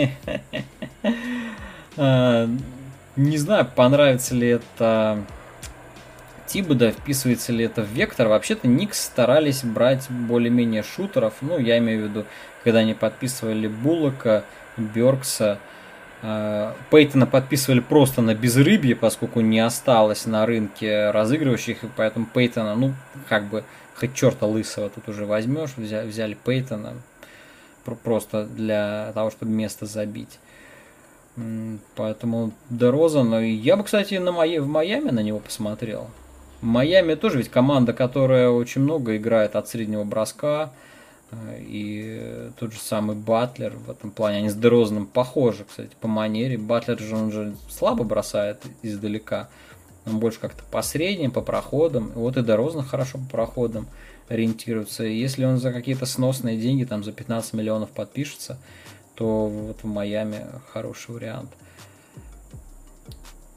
Не знаю, понравится ли это Тибода, вписывается ли это в вектор. Вообще-то Никс старались брать более-менее шутеров. Ну, я имею в виду, когда они подписывали Буллока, Бёркса. Пейтона подписывали просто на безрыбье, поскольку не осталось на рынке разыгрывающих. И поэтому Пейтона, ну, как бы, хоть черта лысого тут уже возьмешь. Взяли Пейтона просто для того, чтобы место забить. Поэтому Дерозан, я бы, кстати, на Майами, в Майами на него посмотрел. Майами тоже ведь команда, которая очень много играет от среднего броска. И тот же самый Батлер в этом плане. Они с Дерозаном похожи, кстати, по манере. Батлер же, он же слабо бросает издалека. Он больше как-то по средним, по проходам. Вот и Дерозан хорошо по проходам ориентируется. И если он за какие-то сносные деньги, там за пятнадцать миллионов подпишется, то вот в Майами хороший вариант.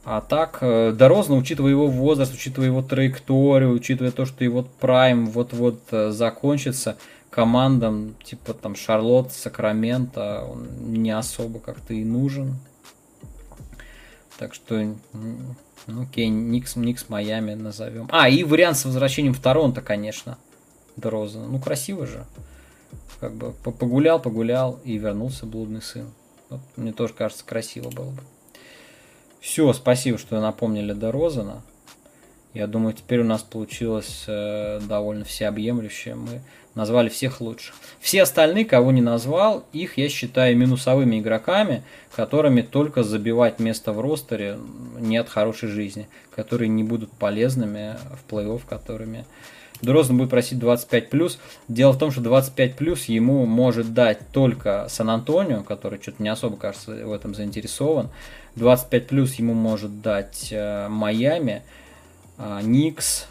А так, э, Дорозна, учитывая его возраст, учитывая его траекторию, учитывая то, что его прайм вот-вот э, закончится, командам типа там Шарлотт, Сакраменто, он не особо как-то и нужен. Так что, ну окей, Никс, Никс, Майами назовем. А, и вариант с возвращением в Торонто, конечно, Дорозна. Ну, красиво же. Как бы погулял, погулял и вернулся блудный сын. Вот, мне тоже кажется, красиво было бы. Все, спасибо, что напомнили Дорозана. Я думаю, теперь у нас получилось э, довольно всеобъемлюще. Мы назвали всех лучших. Все остальные, кого не назвал, их я считаю минусовыми игроками, которыми только забивать место в ростере нет хорошей жизни, которые не будут полезными в плей-офф, которыми... Дорозан будет просить двадцать пять плюс. Дело в том, что двадцать пять плюс ему может дать только Сан-Антонио, который что-то не особо, кажется, в этом заинтересован. двадцать пять плюс ему может дать э, Майами, э, Никс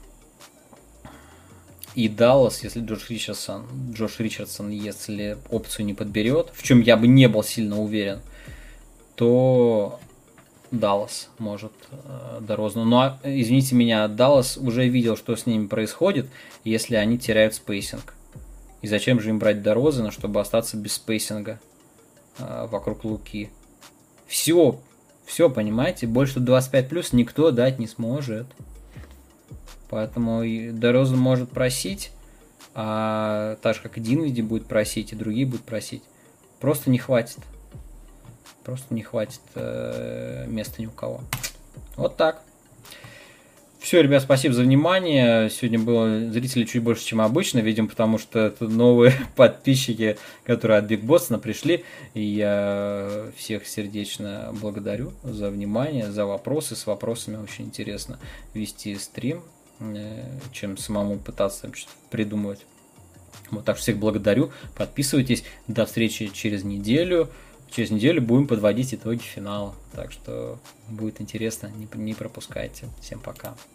и Даллас, если Джош Ричардсон, Джош Ричардсон, если опцию не подберет, в чем я бы не был сильно уверен, то Даллас может э, Дорозну. Но, извините меня, Даллас уже видел, что с ними происходит, если они теряют спейсинг. И зачем же им брать Дорозана, чтобы остаться без спейсинга э, вокруг Луки? Все, все, понимаете, больше двадцать пять плюс никто дать не сможет. Поэтому Дорозан может просить, а так же, как и Динвиди будет просить, и другие будут просить. Просто не хватит. Просто не хватит э, места ни у кого. Вот так. Все, ребят, спасибо за внимание. Сегодня было зрителей чуть больше, чем обычно. Видимо, потому что это новые подписчики, которые от Биг Боссона пришли. И я всех сердечно благодарю за внимание, за вопросы. С вопросами очень интересно вести стрим, чем самому пытаться придумывать. Вот, так что всех благодарю. Подписывайтесь. До встречи через неделю. Через неделю будем подводить итоги финала. Так что будет интересно. Не, не пропускайте. Всем пока.